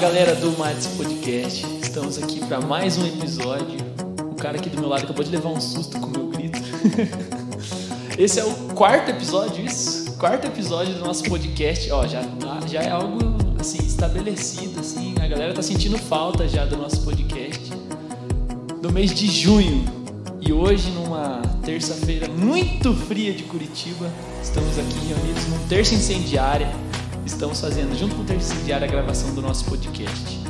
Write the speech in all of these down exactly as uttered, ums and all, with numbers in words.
galera do Mats Podcast, estamos aqui para mais um episódio. O cara aqui do meu lado acabou de levar um susto com o meu grito. Esse é o quarto episódio, isso? Quarto episódio do nosso podcast. Ó, já, tá, já é algo assim estabelecido, assim. A galera tá sentindo falta já do nosso podcast. No mês de junho. E hoje, numa terça-feira muito fria de Curitiba, estamos aqui reunidos num Terça Incendiária. Estamos fazendo, junto com o Terça Incendiária, a gravação do nosso podcast.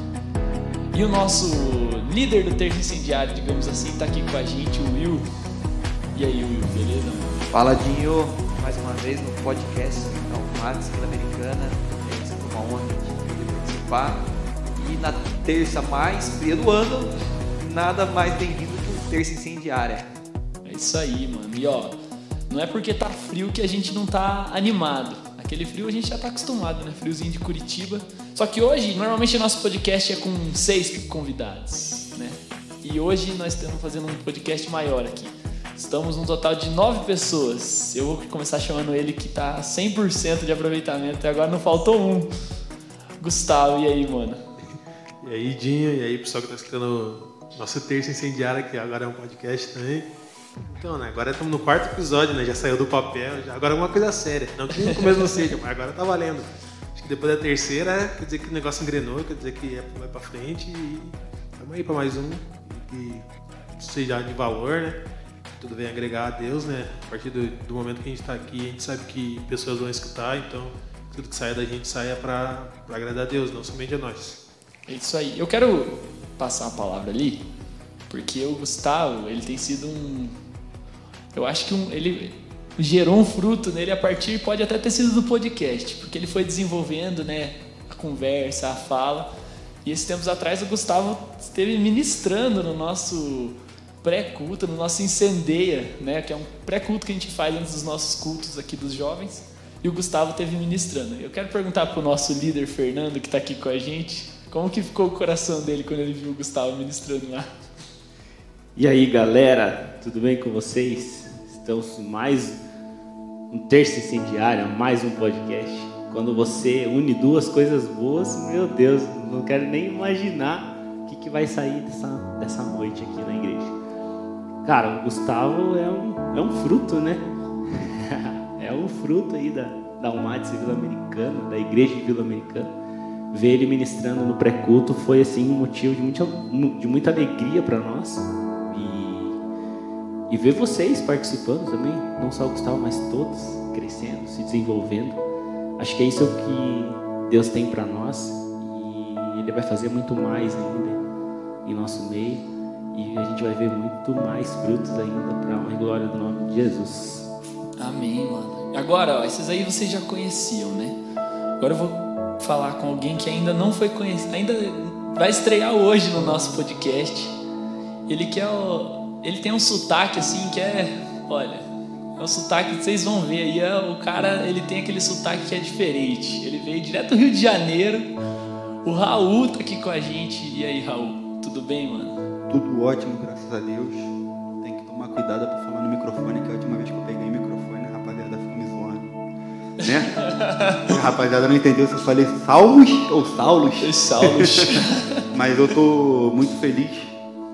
E o nosso líder do Terça Incendiária, digamos assim, está aqui com a gente, o Will. E aí, Will, beleza? Fala, Dinho, mais uma vez no podcast da Mats Sul-Americana. É sempre uma honra de poder participar. E na terça mais fria do ano, nada mais bem-vindo que o Terça Incendiária. É isso aí, mano. E ó, não é porque tá frio que a gente não tá animado. Aquele frio a gente já tá acostumado, né? Friozinho de Curitiba. Só que hoje, normalmente o nosso podcast é com seis convidados, né? E hoje nós estamos fazendo um podcast maior aqui. Estamos num total de nove pessoas. Eu vou começar chamando ele que tá cem por cento de aproveitamento. Até agora não faltou um. Gustavo, e aí, mano? E aí, Dinho, e aí, pessoal que tá escutando nosso Terça Incendiária, que agora é um podcast também. Então, né, agora estamos no quarto episódio, né, já saiu do papel, já, agora é uma coisa séria, não que no começo não seja, mas agora tá valendo. Acho que depois da terceira, quer dizer que o negócio engrenou, quer dizer que vai pra frente e vamos aí pra mais um, que seja de valor, né, tudo vem agregar a Deus, né, a partir do, do momento que a gente tá aqui, a gente sabe que pessoas vão escutar, então tudo que saia da gente saia pra, pra agradar a Deus, não somente a nós. É isso aí, eu quero passar a palavra ali, porque o Gustavo, ele tem sido um... Eu acho que um, ele gerou um fruto nele a partir, pode até ter sido do podcast, porque ele foi desenvolvendo, né, a conversa, a fala. E esses tempos atrás o Gustavo esteve ministrando no nosso pré-culto, no nosso Incendeia, né, que é um pré-culto que a gente faz antes dos nossos cultos aqui dos jovens. E o Gustavo esteve ministrando. Eu quero perguntar para o nosso líder Fernando, que está aqui com a gente, como que ficou o coração dele quando ele viu o Gustavo ministrando lá? E aí, galera, tudo bem com vocês? Estamos mais um Terça Incendiária, mais um podcast. Quando você une duas coisas boas, meu Deus, não quero nem imaginar o que, que vai sair dessa, dessa noite aqui na igreja. Cara, o Gustavo é um, é um fruto, né? É um fruto aí da, da Mats Vila Americana, da igreja de Vila Americana. Ver ele ministrando no pré-culto foi assim um motivo de muita, de muita alegria para nós. E ver vocês participando também, não só o Gustavo, mas todos crescendo, se desenvolvendo. Acho que é isso que Deus tem para nós e Ele vai fazer muito mais ainda em nosso meio e a gente vai ver muito mais frutos ainda para a honra e glória do nome de Jesus. Amém, mano. Agora, ó, esses aí vocês já conheciam, né? Agora eu vou falar com alguém que ainda não foi conhecido, ainda vai estrear hoje no nosso podcast. Ele que é o... Ele tem um sotaque assim que é, olha, é um sotaque que vocês vão ver aí, é, o cara, ele tem aquele sotaque que é diferente. Ele veio direto do Rio de Janeiro. O Raul tá aqui com a gente. E aí, Raul, tudo bem, mano? Tudo ótimo, graças a Deus. Tem que tomar cuidado pra falar no microfone, que a última vez que eu peguei o microfone, a rapaziada ficou me zoando, né? A rapaziada não entendeu se eu falei Saulos ou Saulos. Saulos. Mas eu tô muito feliz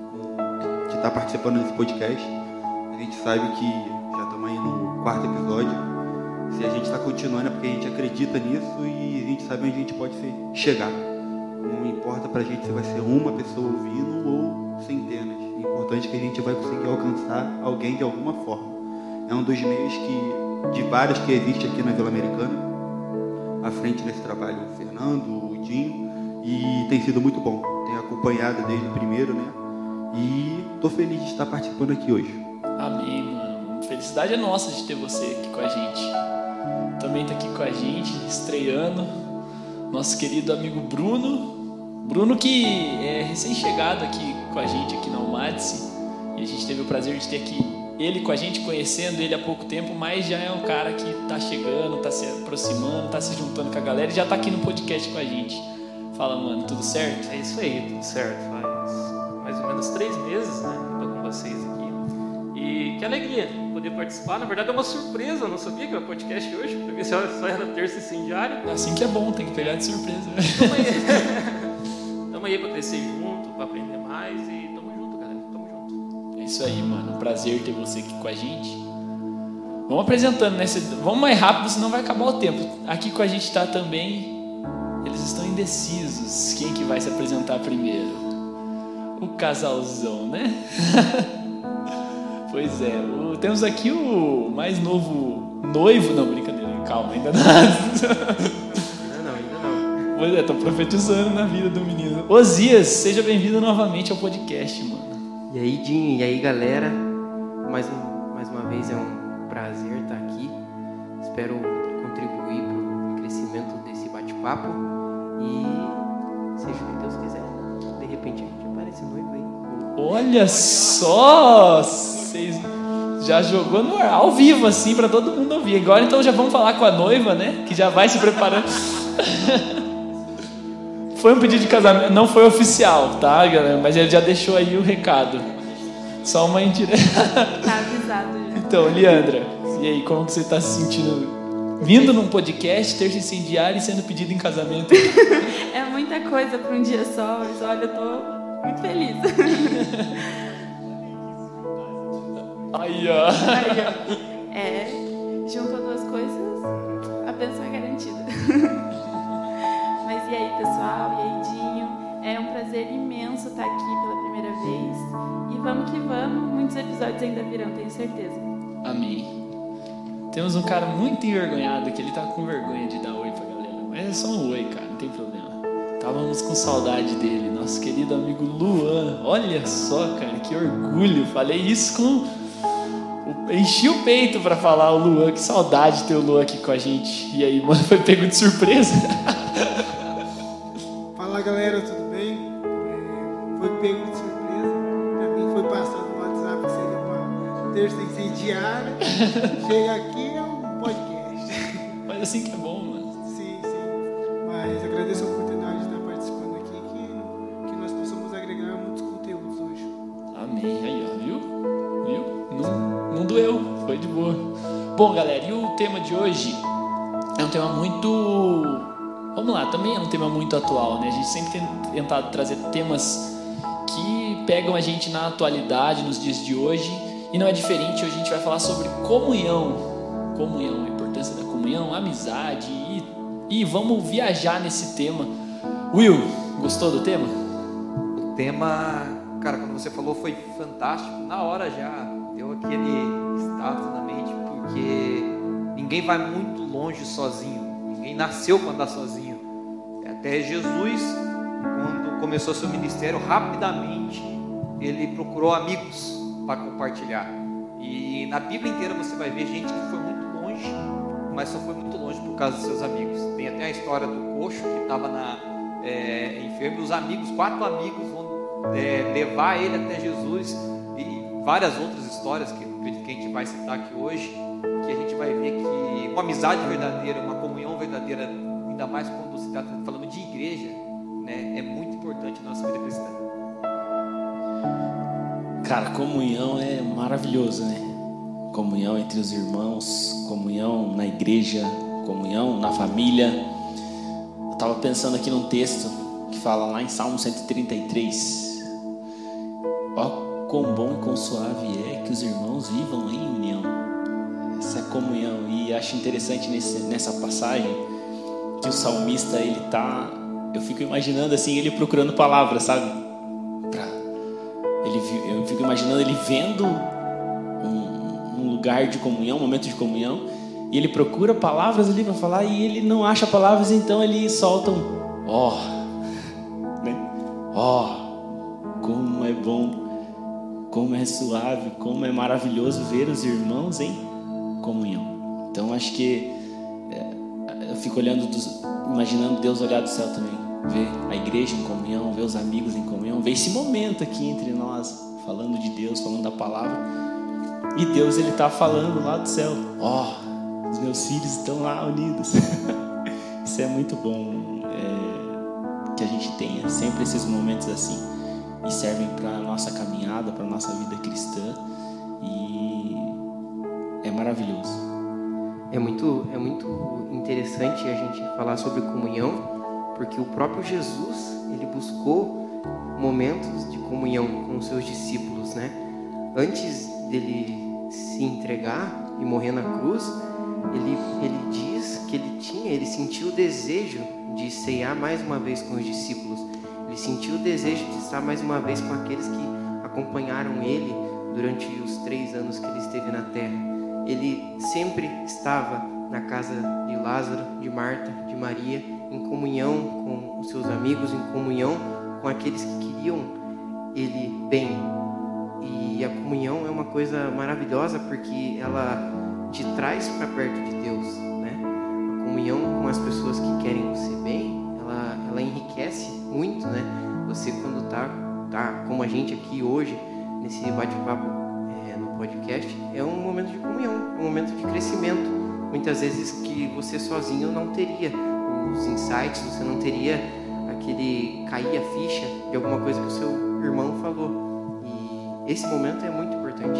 tá participando desse podcast. A gente sabe que já estamos aí no quarto episódio. Se a gente está continuando é porque a gente acredita nisso e a gente sabe onde a gente pode chegar. Não importa pra gente se vai ser uma pessoa ouvindo ou centenas. O importante é que a gente vai conseguir alcançar alguém de alguma forma. É um dos meios que, de vários que existe aqui na Vila Americana. À frente desse trabalho o Fernando, o Dinho, e tem sido muito bom. Tenho acompanhado desde o primeiro, né? E tô feliz de estar participando aqui hoje. Amém, mano. Felicidade é nossa de ter você aqui com a gente. Também tá aqui com a gente, estreando, nosso querido amigo Bruno. Bruno que é recém-chegado aqui com a gente aqui na Mats. E a gente teve o prazer de ter aqui ele com a gente, conhecendo ele há pouco tempo, mas já é um cara que tá chegando, tá se aproximando, tá se juntando com a galera e já tá aqui no podcast com a gente. Fala, mano, tudo certo? É isso aí, tudo certo. Faz mais ou menos três meses, né? Estou com vocês aqui. E que alegria poder participar. Na verdade é uma surpresa, eu não sabia que era podcast hoje. Pra mim só era Terça Incendiária. Assim que é bom, tem que pegar de surpresa. aí para crescer junto, para aprender mais e tamo junto, galera. Tamo junto. É isso aí, mano. Um prazer ter você aqui com a gente. Vamos apresentando, né? Vamos mais rápido, senão vai acabar o tempo. Aqui com a gente tá também. Eles estão indecisos. Quem que vai se apresentar primeiro? O casalzão, né? Pois é. O, temos aqui o mais novo noivo. Não, brincadeira. Calma, ainda não. Ainda não, ainda não. Pois é, tô profetizando na vida do menino. Osias, seja bem-vindo novamente ao podcast, mano. E aí, Dinho, e aí, galera? Mais, um, mais uma vez é um prazer estar aqui. Espero contribuir para o crescimento desse bate-papo. E seja o que Deus quiser. De repente a gente aparece noivo aí. Olha só! Vocês já jogou no ar, ao vivo, assim, para todo mundo ouvir. Agora então já vamos falar com a noiva, né? Que já vai se preparando. Foi um pedido de casamento, não foi oficial, tá, galera? Mas ele já deixou aí o recado. Só uma indireta. Tá avisado já. Então, Leandra, e aí, como que você tá se sentindo? Vindo num podcast, terça incendiária e sendo pedido em casamento? É muita coisa para um dia só, mas olha, eu tô muito feliz. Aí, ó. Aí, ó. É, junto duas coisas, a bênção é garantida. Mas e aí, pessoal? E aí, Dinho? É um prazer imenso estar aqui pela primeira vez. E vamos que vamos, muitos episódios ainda virão, tenho certeza. Amém. Temos um cara muito envergonhado que ele tá com vergonha de dar oi pra galera. Mas é só um oi, cara, não tem problema. Estávamos com saudade dele, nosso querido amigo Luan. Olha só, cara, que orgulho. Falei isso com... Enchi o peito pra falar o Luan. Que saudade de ter o Luan aqui com a gente. E aí, mano, foi pego de surpresa. Fala, galera, tudo bem? É, foi pego de surpresa. Pra mim foi passado no WhatsApp que seria uma terça incendiária. Chega aqui é um podcast. Mas assim que é bom, mano. Sim, sim. Mas agradeço a oportunidade de estar participando aqui, que, que nós possamos agregar muitos conteúdos hoje. Amém. Aí, ó, viu? Viu? Não, não doeu, foi de boa. Bom, galera, e o tema de hoje é um tema muito... Vamos lá, também é um tema muito atual, né? A gente sempre tem tentado trazer temas que pegam a gente na atualidade, nos dias de hoje. E não é diferente, hoje a gente vai falar sobre comunhão. Comunhão, a importância da comunhão, amizade. E, e vamos viajar nesse tema. Will, gostou do tema? O tema, cara, quando você falou foi fantástico. Na hora já deu aquele status na mente, porque ninguém vai muito longe sozinho. Ninguém nasceu para andar sozinho. Até Jesus, quando começou seu ministério, rapidamente ele procurou amigos para compartilhar. E na Bíblia inteira você vai ver gente que foi muito longe, mas só foi muito longe por causa dos seus amigos. Tem até a história do coxo que estava na é, enfermo, e os amigos, quatro amigos vão é, levar ele até Jesus, e várias outras histórias que, que a gente vai citar aqui hoje, que a gente vai ver que uma amizade verdadeira, uma comunhão verdadeira, ainda mais quando se está falando de igreja, né, é muito importante na nossa vida cristã. Cara, comunhão é maravilhoso, né? Comunhão entre os irmãos, comunhão na igreja, comunhão na família. Eu estava pensando aqui num texto que fala lá em Salmo cento e trinta e três. Ó, quão bom e quão suave é que os irmãos vivam em união. Essa é comunhão. E acho interessante nesse, nessa passagem que o salmista, ele tá... Eu fico imaginando assim, ele procurando palavras, sabe? Pra, ele, eu fico imaginando ele vendo um, um lugar de comunhão, um momento de comunhão, e ele procura palavras ali para falar e ele não acha palavras, então ele solta um ó, oh, né? Ó, oh, como é bom, como é suave, como é maravilhoso ver os irmãos em comunhão. Então acho que é, eu fico olhando, dos, imaginando Deus olhar do céu também, ver a igreja em comunhão, ver os amigos em comunhão, ver esse momento aqui entre nós, falando de Deus, falando da palavra, e Deus, ele está falando lá do céu, ó, oh, os meus filhos estão lá unidos. Isso é muito bom, é, que a gente tenha sempre esses momentos assim, e servem para a nossa caminhada, para a nossa vida cristã, e é maravilhoso. É muito, é muito interessante a gente falar sobre comunhão, porque o próprio Jesus, ele buscou momentos de comunhão com os seus discípulos, né? Antes dele se entregar e morrer na cruz, ele, ele diz que ele tinha, ele sentiu o desejo de ceiar mais uma vez com os discípulos. Ele sentiu o desejo de estar mais uma vez com aqueles que acompanharam ele durante os três anos que ele esteve na terra. Ele sempre estava na casa de Lázaro, de Marta, de Maria, em comunhão com os seus amigos, em comunhão com aqueles que queriam ele bem. E a comunhão é uma coisa maravilhosa porque ela te traz para perto de Deus, né? A comunhão com as pessoas que querem você bem, ela, ela enriquece muito, né? Você quando tá, tá como a gente aqui hoje, nesse bate-papo é, no podcast, é um momento de comunhão, um momento de crescimento. Muitas vezes que você sozinho não teria os insights, você não teria aquele cair a ficha de alguma coisa que o seu irmão falou. E esse momento é muito importante.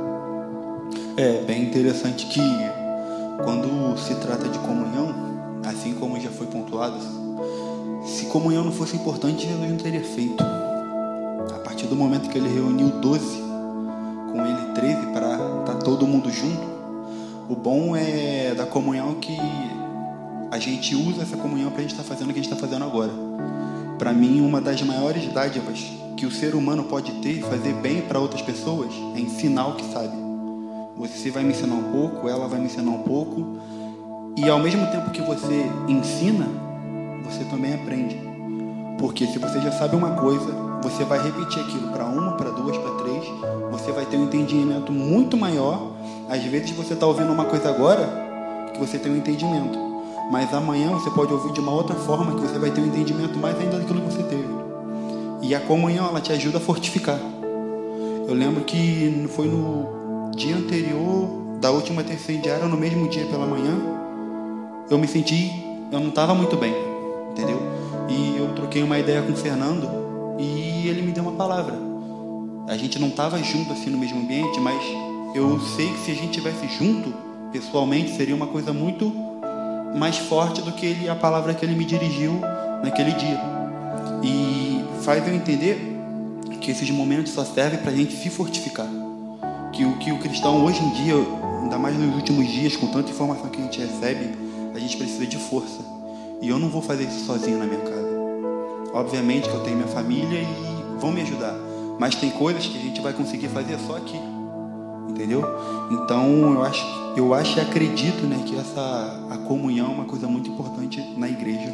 É bem interessante que quando se trata de comunhão, assim como já foi pontuado, se comunhão não fosse importante, Jesus não teria feito. A partir do momento que ele reuniu doze, com ele treze, para estar todo mundo junto, o bom é da comunhão que a gente usa essa comunhão para a gente estar fazendo o que a gente está fazendo agora. Para mim, uma das maiores dádivas que o ser humano pode ter e fazer bem para outras pessoas é ensinar o que sabe. Você vai me ensinar um pouco, ela vai me ensinar um pouco, e ao mesmo tempo que você ensina, você também aprende. Porque se você já sabe uma coisa, você vai repetir aquilo para uma, para duas, para três, você vai ter um entendimento muito maior. Às vezes você está ouvindo uma coisa agora que você tem um entendimento, mas amanhã você pode ouvir de uma outra forma que você vai ter um entendimento mais ainda daquilo que você teve. E a comunhão, ela te ajuda a fortificar. Eu lembro que foi no dia anterior da última terceira diária, no mesmo dia pela manhã, eu me senti, eu não estava muito bem, entendeu? E eu troquei uma ideia com o Fernando e ele me deu uma palavra. A gente não estava junto assim no mesmo ambiente, mas eu sei que se a gente estivesse junto pessoalmente, seria uma coisa muito mais forte do que ele, a palavra que ele me dirigiu naquele dia. E faz eu entender que esses momentos só servem para a gente se fortificar. Que o que o cristão hoje em dia, ainda mais nos últimos dias, com tanta informação que a gente recebe, a gente precisa de força. E eu não vou fazer isso sozinho na minha casa. Obviamente que eu tenho minha família e vão me ajudar, mas tem coisas que a gente vai conseguir fazer só aqui, entendeu? Então eu acho, eu acho e acredito, né, que essa a comunhão é uma coisa muito importante na igreja.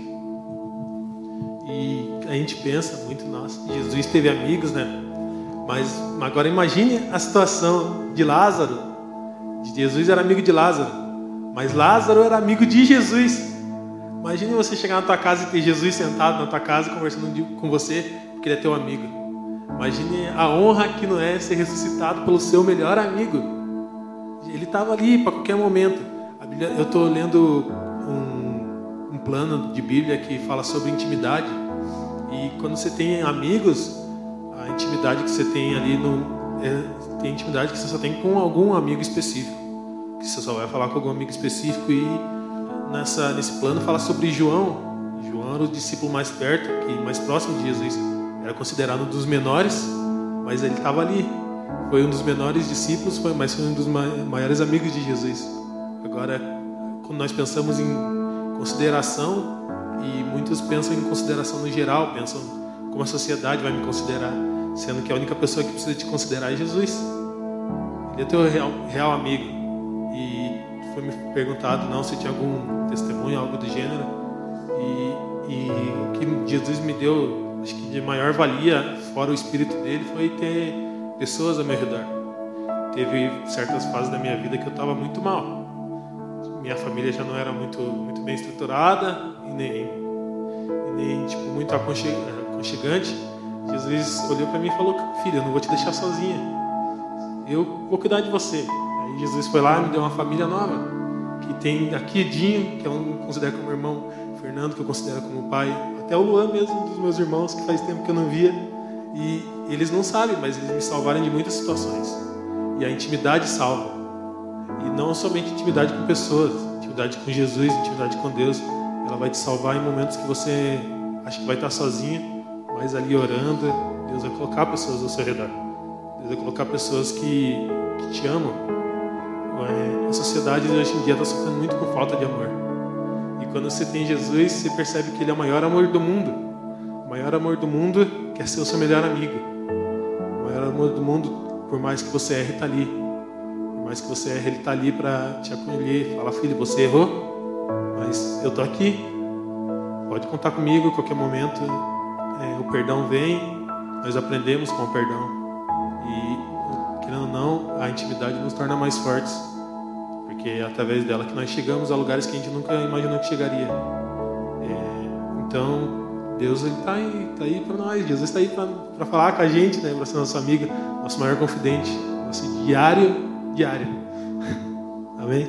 E a gente pensa muito, nossa, Jesus teve amigos, né? Mas agora imagine a situação de Lázaro. Jesus era amigo de Lázaro, mas Lázaro era amigo de Jesus. Imagine você chegar na tua casa e ter Jesus sentado na tua casa conversando com você, porque ele é teu amigo. Imagine a honra que não é ser ressuscitado pelo seu melhor amigo. Ele estava ali para qualquer momento. A Bíblia, eu estou lendo um, um plano de Bíblia que fala sobre intimidade. E quando você tem amigos, a intimidade que você tem ali no, é, tem intimidade que você só tem com algum amigo específico, que você só vai falar com algum amigo específico. E nessa, nesse plano fala sobre João. João era o discípulo mais perto, que mais próximo de Jesus. Era considerado um dos menores, mas ele estava ali. Foi um dos menores discípulos, foi, mas foi um dos maiores amigos de Jesus. Agora, quando nós pensamos em consideração, e muitos pensam em consideração no geral, pensam como a sociedade vai me considerar, sendo que a única pessoa que precisa te considerar é Jesus. Ele é teu real, real amigo. E foi me perguntado não se tinha algum testemunho, algo do gênero. E, e o que Jesus me deu, acho que de maior valia, fora o espírito dele, foi ter pessoas ao meu redor. Teve certas fases da minha vida que eu estava muito mal. Minha família já não era muito, muito bem estruturada e nem, e nem tipo, muito aconchegante. Jesus olhou para mim e falou: filho, eu não vou te deixar sozinha, eu vou cuidar de você. Aí Jesus foi lá e me deu uma família nova, que tem aqui Dinho, que eu considero como irmão, Fernando, que eu considero como pai, até o Luan mesmo, um dos meus irmãos, que faz tempo que eu não via. E eles não sabem, mas eles me salvaram de muitas situações. E a intimidade salva. E não somente intimidade com pessoas, intimidade com Jesus, intimidade com Deus. Ela vai te salvar em momentos que você acha que vai estar sozinho, mas ali orando, Deus vai colocar pessoas ao seu redor. Deus vai colocar pessoas que, que te amam. É, a sociedade hoje em dia está sofrendo muito com falta de amor. E quando você tem Jesus, você percebe que Ele é o maior amor do mundo. O maior amor do mundo quer ser o seu melhor amigo. O maior amor do mundo, por mais que você erre, está ali. Por mais que você erre, Ele está ali para te acolher. Fala, filho, você errou, mas eu estou aqui. Pode contar comigo a qualquer momento. É, o perdão vem, nós aprendemos com o perdão. E, querendo ou não, a intimidade nos torna mais fortes. Porque é através dela que nós chegamos a lugares que a gente nunca imaginou que chegaria. É, então, Deus está aí, tá aí para nós. Jesus está aí para falar com a gente, né? Para ser nosso amigo, nosso maior confidente, nosso diário, diário. Amém?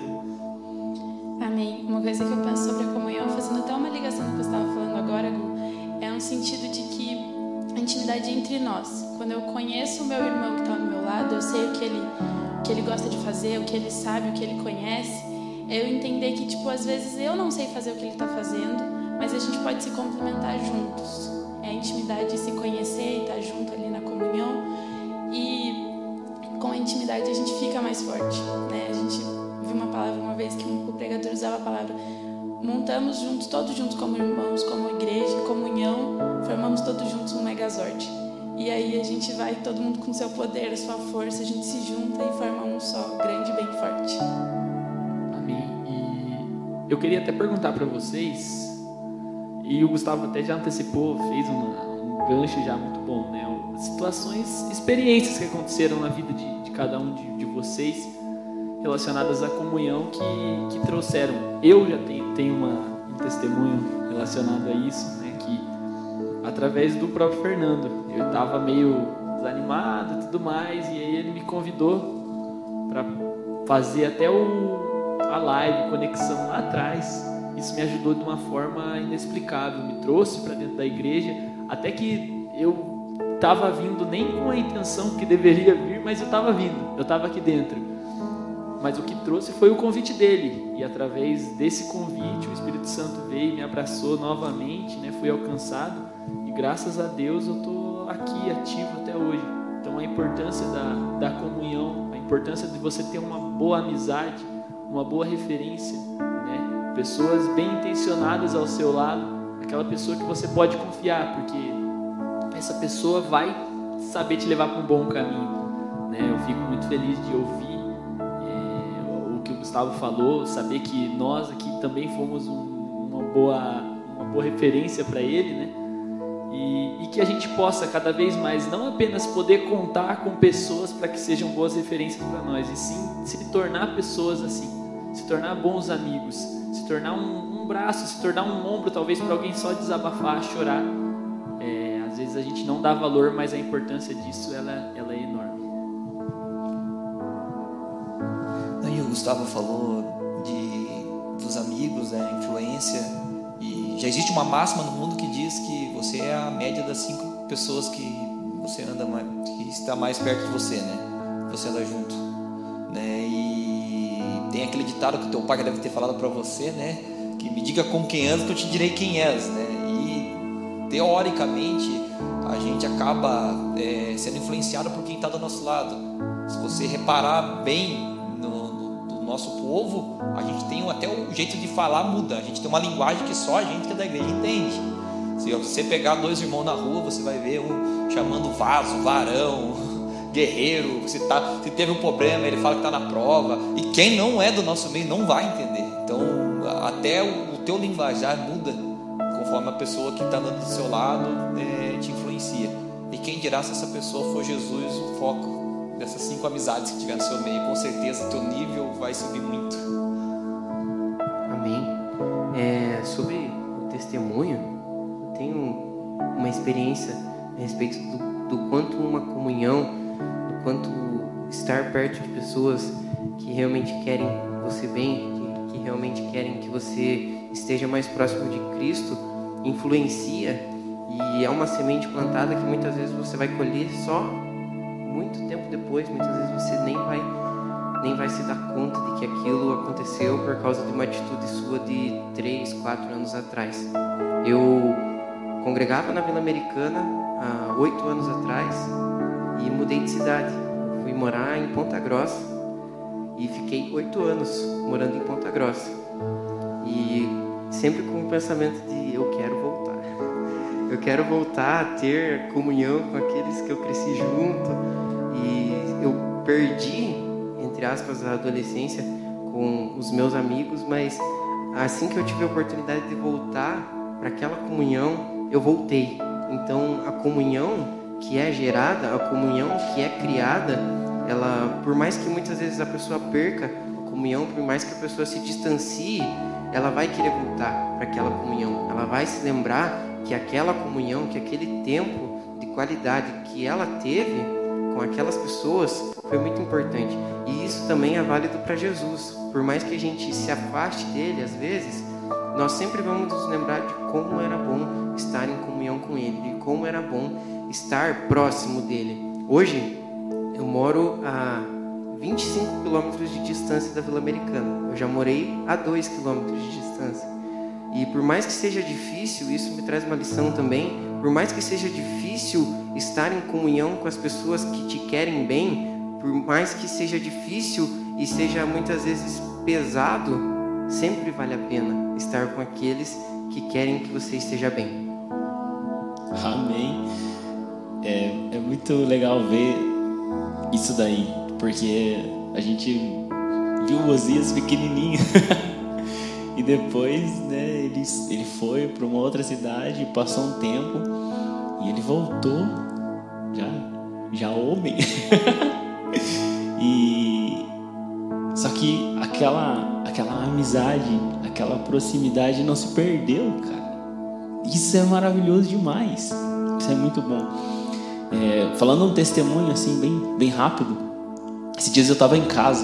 Amém. Uma coisa que eu penso sobre a comunhão, fazendo até uma ligação com o que você estava falando agora, Gu, é um sentido de que a intimidade é entre nós. Quando eu conheço o meu irmão que está ao meu lado, eu sei o que ele, o que ele gosta de fazer, o que ele sabe, o que ele conhece. É eu entender que, tipo, às vezes eu não sei fazer o que ele está fazendo, mas a gente pode se complementar juntos. É a intimidade de se conhecer e estar junto ali na comunhão. E com a intimidade a gente fica mais forte, né? A gente viu uma palavra uma vez que o pregador usava a palavra: montamos juntos, todos juntos como irmãos, como igreja, comunhão, formamos todos juntos um megazord. E aí a gente vai, todo mundo com seu poder, a sua força, a gente se junta e forma um só, grande e bem forte. Amém. E eu queria até perguntar para vocês, e o Gustavo até já antecipou, fez uma, um gancho já muito bom, né? Situações, experiências que aconteceram na vida de, de cada um de, de vocês, relacionadas à comunhão que, que trouxeram. Eu já tenho, tenho uma, um testemunho relacionado a isso, né, que através do próprio Fernando. Eu estava meio desanimado e tudo mais, e aí ele me convidou para fazer até o, a live, conexão lá atrás. Isso me ajudou de uma forma inexplicável, me trouxe para dentro da igreja, até que eu estava vindo nem com a intenção que deveria vir, mas eu estava vindo, eu estava aqui dentro. Mas o que trouxe foi o convite dele, e através desse convite o Espírito Santo veio e me abraçou novamente, né? Fui alcançado, e graças a Deus eu estou aqui ativo até hoje. Então a importância da, da comunhão, a importância de você ter uma boa amizade, uma boa referência, né? Pessoas bem intencionadas ao seu lado, aquela pessoa que você pode confiar, porque essa pessoa vai saber te levar para um bom caminho, né? Eu fico muito feliz de ouvir que o Gustavo falou, saber que nós aqui também fomos um, uma, boa, uma boa referência para ele, né? E, e que a gente possa cada vez mais não apenas poder contar com pessoas para que sejam boas referências para nós, e sim se tornar pessoas assim, se tornar bons amigos, se tornar um, um braço, se tornar um ombro talvez para alguém só desabafar, chorar. É, às vezes a gente não dá valor, mas a importância disso ela, ela é enorme. Aí o Gustavo falou de, dos amigos, da influência, e já existe uma máxima no mundo que diz que você é a média das cinco pessoas que você anda mais, que está mais perto de você, né? Você anda junto, né? E tem aquele ditado que o teu pai deve ter falado para você, né? Que me diga com quem andas que eu te direi quem és, né? E teoricamente a gente acaba é, sendo influenciado por quem está do nosso lado. Se você reparar bem nosso povo, a gente tem até o jeito de falar muda, a gente tem uma linguagem que só a gente que é da igreja entende. Se você pegar dois irmãos na rua, você vai ver um chamando vaso, varão, guerreiro. Se, tá, se teve um problema, ele fala que está na prova, e quem não é do nosso meio não vai entender. Então até o, o teu linguajar muda conforme a pessoa que está andando do seu lado é, te influencia. E quem dirá se essa pessoa for Jesus o foco dessas cinco amizades que tiver no seu meio, com certeza teu nível vai subir muito. Amém. É, sobre o testemunho, eu tenho uma experiência a respeito do, do quanto uma comunhão, do quanto estar perto de pessoas que realmente querem você bem, que, que realmente querem que você esteja mais próximo de Cristo, influencia, e é uma semente plantada que muitas vezes você vai colher só muito tempo depois. Muitas vezes você nem vai, nem vai se dar conta de que aquilo aconteceu por causa de uma atitude sua de três, quatro anos atrás. Eu congregava na Vila Americana há oito anos atrás e mudei de cidade. Fui morar em Ponta Grossa e fiquei oito anos morando em Ponta Grossa. E sempre com o pensamento de eu quero voltar. Eu quero voltar a ter comunhão com aqueles que eu cresci junto. E eu perdi, entre aspas, a adolescência com os meus amigos, mas assim que eu tive a oportunidade de voltar para aquela comunhão, eu voltei. Então, a comunhão que é gerada, a comunhão que é criada, ela, por mais que muitas vezes a pessoa perca a comunhão, por mais que a pessoa se distancie, ela vai querer voltar para aquela comunhão. Ela vai se lembrar que aquela comunhão, que aquele tempo de qualidade que ela teve com aquelas pessoas foi muito importante. E isso também é válido para Jesus. Por mais que a gente se afaste dele, às vezes, nós sempre vamos nos lembrar de como era bom estar em comunhão com ele, de como era bom estar próximo dele. Hoje, eu moro a vinte e cinco quilômetros de distância da Vila Americana. Eu já morei a dois quilômetros de distância. E por mais que seja difícil, isso me traz uma lição também, por mais que seja difícil estar em comunhão com as pessoas que te querem bem, por mais que seja difícil e seja muitas vezes pesado, sempre vale a pena estar com aqueles que querem que você esteja bem. Amém. É, é muito legal ver isso daí, porque a gente viu o Osias pequenininho e depois, né, ele, ele foi para uma outra cidade, passou um tempo e ele voltou já, já homem. E só que aquela, aquela amizade, aquela proximidade não se perdeu, cara. Isso é maravilhoso demais. Isso é muito bom. É, falando um testemunho assim bem, bem rápido, esses dias eu estava em casa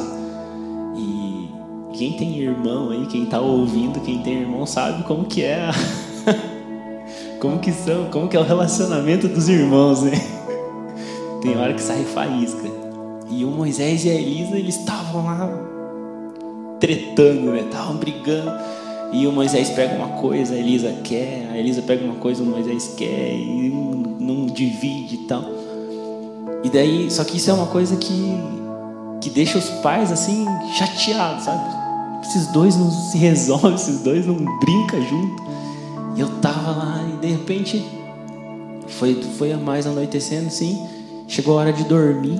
e quem tem irmão aí, quem está ouvindo, quem tem irmão sabe como que é a... como que são, como que é o relacionamento dos irmãos, né? Tem hora que sai faísca. E o Moisés e a Elisa, eles estavam lá tretando, né? Estavam brigando. E o Moisés pega uma coisa, a Elisa quer, a Elisa pega uma coisa, o Moisés quer, e um não divide e tal. E daí, só que isso é uma coisa que, que deixa os pais assim chateados, sabe? Esses dois não se resolvem, esses dois não brincam junto. E eu tava lá e de repente foi, foi mais anoitecendo, sim. Chegou a hora de dormir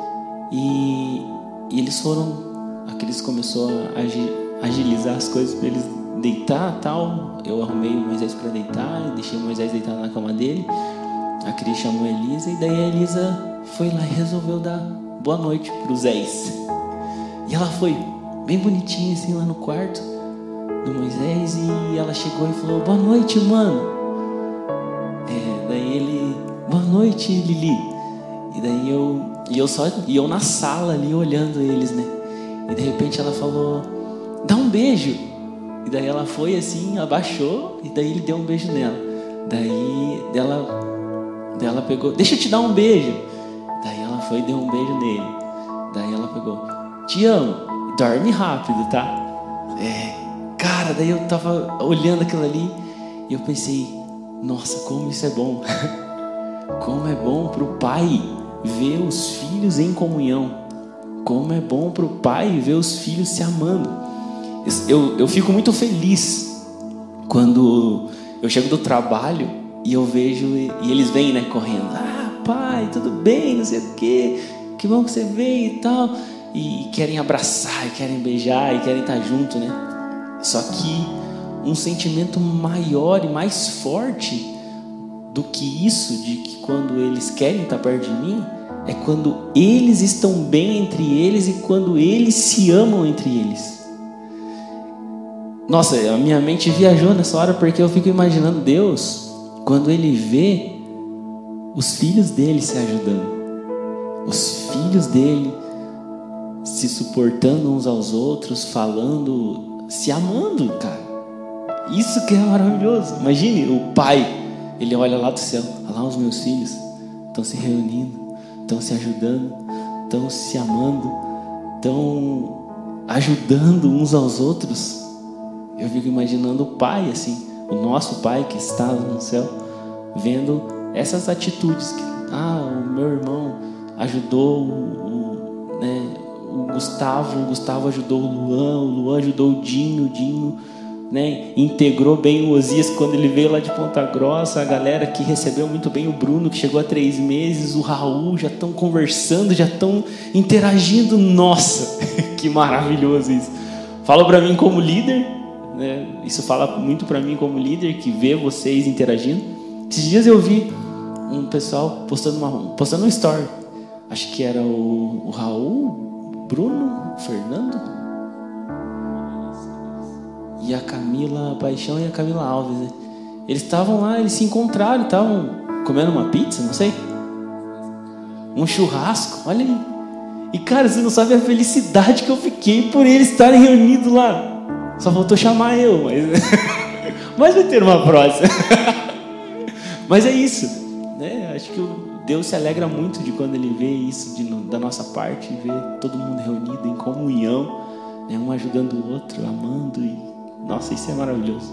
e, e eles foram, aqueles começou a agilizar as coisas para eles deitar, tal. Eu arrumei o Moisés para deitar, deixei o Moisés deitar na cama dele. A Cris chamou a Elisa e daí a Elisa foi lá e resolveu dar boa noite pro Zés. E ela foi bem bonitinha assim lá no quarto do Moisés e ela chegou e falou: boa noite, mano. É, daí ele: boa noite, Lili. E daí eu e eu só e eu na sala ali olhando eles, né? E de repente ela falou: dá um beijo. E daí ela foi assim, abaixou e daí ele deu um beijo nela. Daí ela daí ela pegou: deixa eu te dar um beijo. Daí ela foi e deu um beijo nele. Daí ela pegou: te amo, dorme rápido, tá? É, cara, daí eu tava olhando aquilo ali e eu pensei: nossa, como isso é bom. Como é bom pro pai ver os filhos em comunhão. Como é bom pro pai ver os filhos se amando. Eu, eu fico muito feliz quando eu chego do trabalho e eu vejo e, e eles vêm, né, correndo: ah, pai, tudo bem, não sei o quê, que bom que você veio e tal. E querem abraçar, e querem beijar, e querem estar junto, né? Só que um sentimento maior e mais forte do que isso, de que quando eles querem estar perto de mim, é quando eles estão bem entre eles e quando eles se amam entre eles. Nossa, a minha mente viajou nessa hora porque eu fico imaginando Deus quando Ele vê os filhos dele se ajudando, os filhos dele se suportando uns aos outros, falando, se amando, cara. Isso que é maravilhoso. Imagine o pai, ele olha lá do céu: olha lá, os meus filhos estão se reunindo, estão se ajudando, estão se amando, estão ajudando uns aos outros. Eu fico imaginando o pai assim, o nosso pai que está no céu, vendo essas atitudes que, ah, o meu irmão ajudou o, o, né, o Gustavo, o Gustavo ajudou o Luan, o Luan ajudou o Dinho, o Dinho, né, integrou bem o Osias quando ele veio lá de Ponta Grossa, a galera que recebeu muito bem o Bruno, que chegou há três meses, o Raul, já estão conversando, já estão interagindo. Nossa, que maravilhoso isso. Fala para mim como líder, né, isso fala muito para mim como líder, que vê vocês interagindo. Esses dias eu vi um pessoal postando, uma, postando um story, acho que era o, o Raul, o Bruno, o Fernando e a Camila Paixão e a Camila Alves, né? Eles estavam lá, eles se encontraram, estavam comendo uma pizza, não sei, um churrasco, olha aí. E cara, você não sabe a felicidade que eu fiquei por eles estarem reunidos lá. Só faltou chamar eu, mas, mas vai ter uma próxima. Mas é isso, né? Acho que Deus se alegra muito de quando Ele vê isso de, da nossa parte, vê todo mundo reunido em comunhão, né? Um ajudando o outro, amando e nossa, isso é maravilhoso.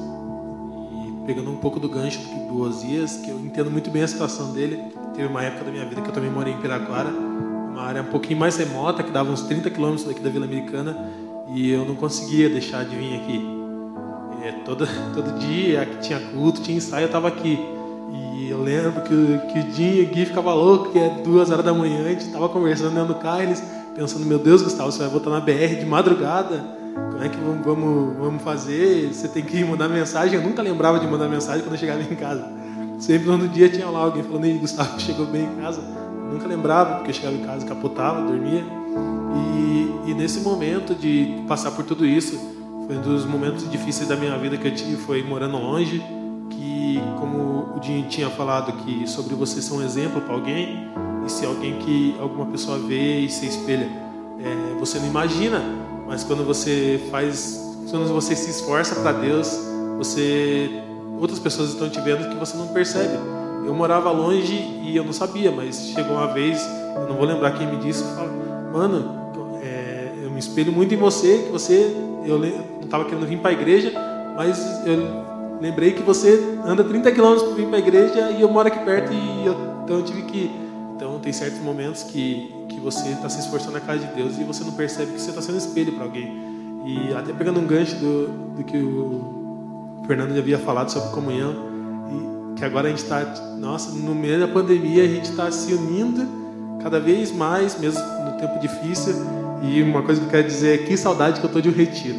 E pegando um pouco do gancho do Osias, que eu entendo muito bem a situação dele, teve uma época da minha vida que eu também morei em Piraquara, uma área um pouquinho mais remota, que dava uns trinta quilômetros daqui da Vila Americana, e eu não conseguia deixar de vir aqui. É, todo, todo dia que tinha culto, tinha ensaio, eu estava aqui. E eu lembro que, que o Dinho e o Gui ficavam loucos, que é duas horas da manhã, a gente estava conversando dentro do carro, eles pensando, meu Deus, Gustavo, você vai voltar na B R de madrugada? Como é que vamos, vamos, vamos fazer? Você tem que mandar mensagem. Eu nunca lembrava de mandar mensagem quando eu chegava em casa. Sempre no dia tinha lá alguém falando, ei, Gustavo, chegou bem em casa. Eu nunca lembrava, porque eu chegava em casa, capotava, dormia. E, e nesse momento de passar por tudo isso, foi um dos momentos difíceis da minha vida que eu tive, foi morando longe, que, como o Dinho tinha falado, que sobre você ser um exemplo para alguém, e se alguém que alguma pessoa vê e se espelha, é, você não imagina, mas quando você faz, quando você se esforça para Deus, você, outras pessoas estão te vendo que você não percebe. Eu morava longe e eu não sabia, mas chegou uma vez, eu não vou lembrar quem me disse, fala, mano, é, eu me espelho muito em você, que você, eu não estava querendo vir para a igreja, mas eu lembrei que você anda trinta quilômetros para vir para a igreja e eu moro aqui perto e eu, então eu tive que ir. Então tem certos momentos que, que você está se esforçando na casa de Deus e você não percebe que você está sendo espelho para alguém. E até pegando um gancho do, do que o Fernando já havia falado sobre comunhão, e que agora a gente está, nossa, no meio da pandemia a gente está se unindo cada vez mais, mesmo no tempo difícil. E uma coisa que eu quero dizer é que saudade que eu estou de um retiro.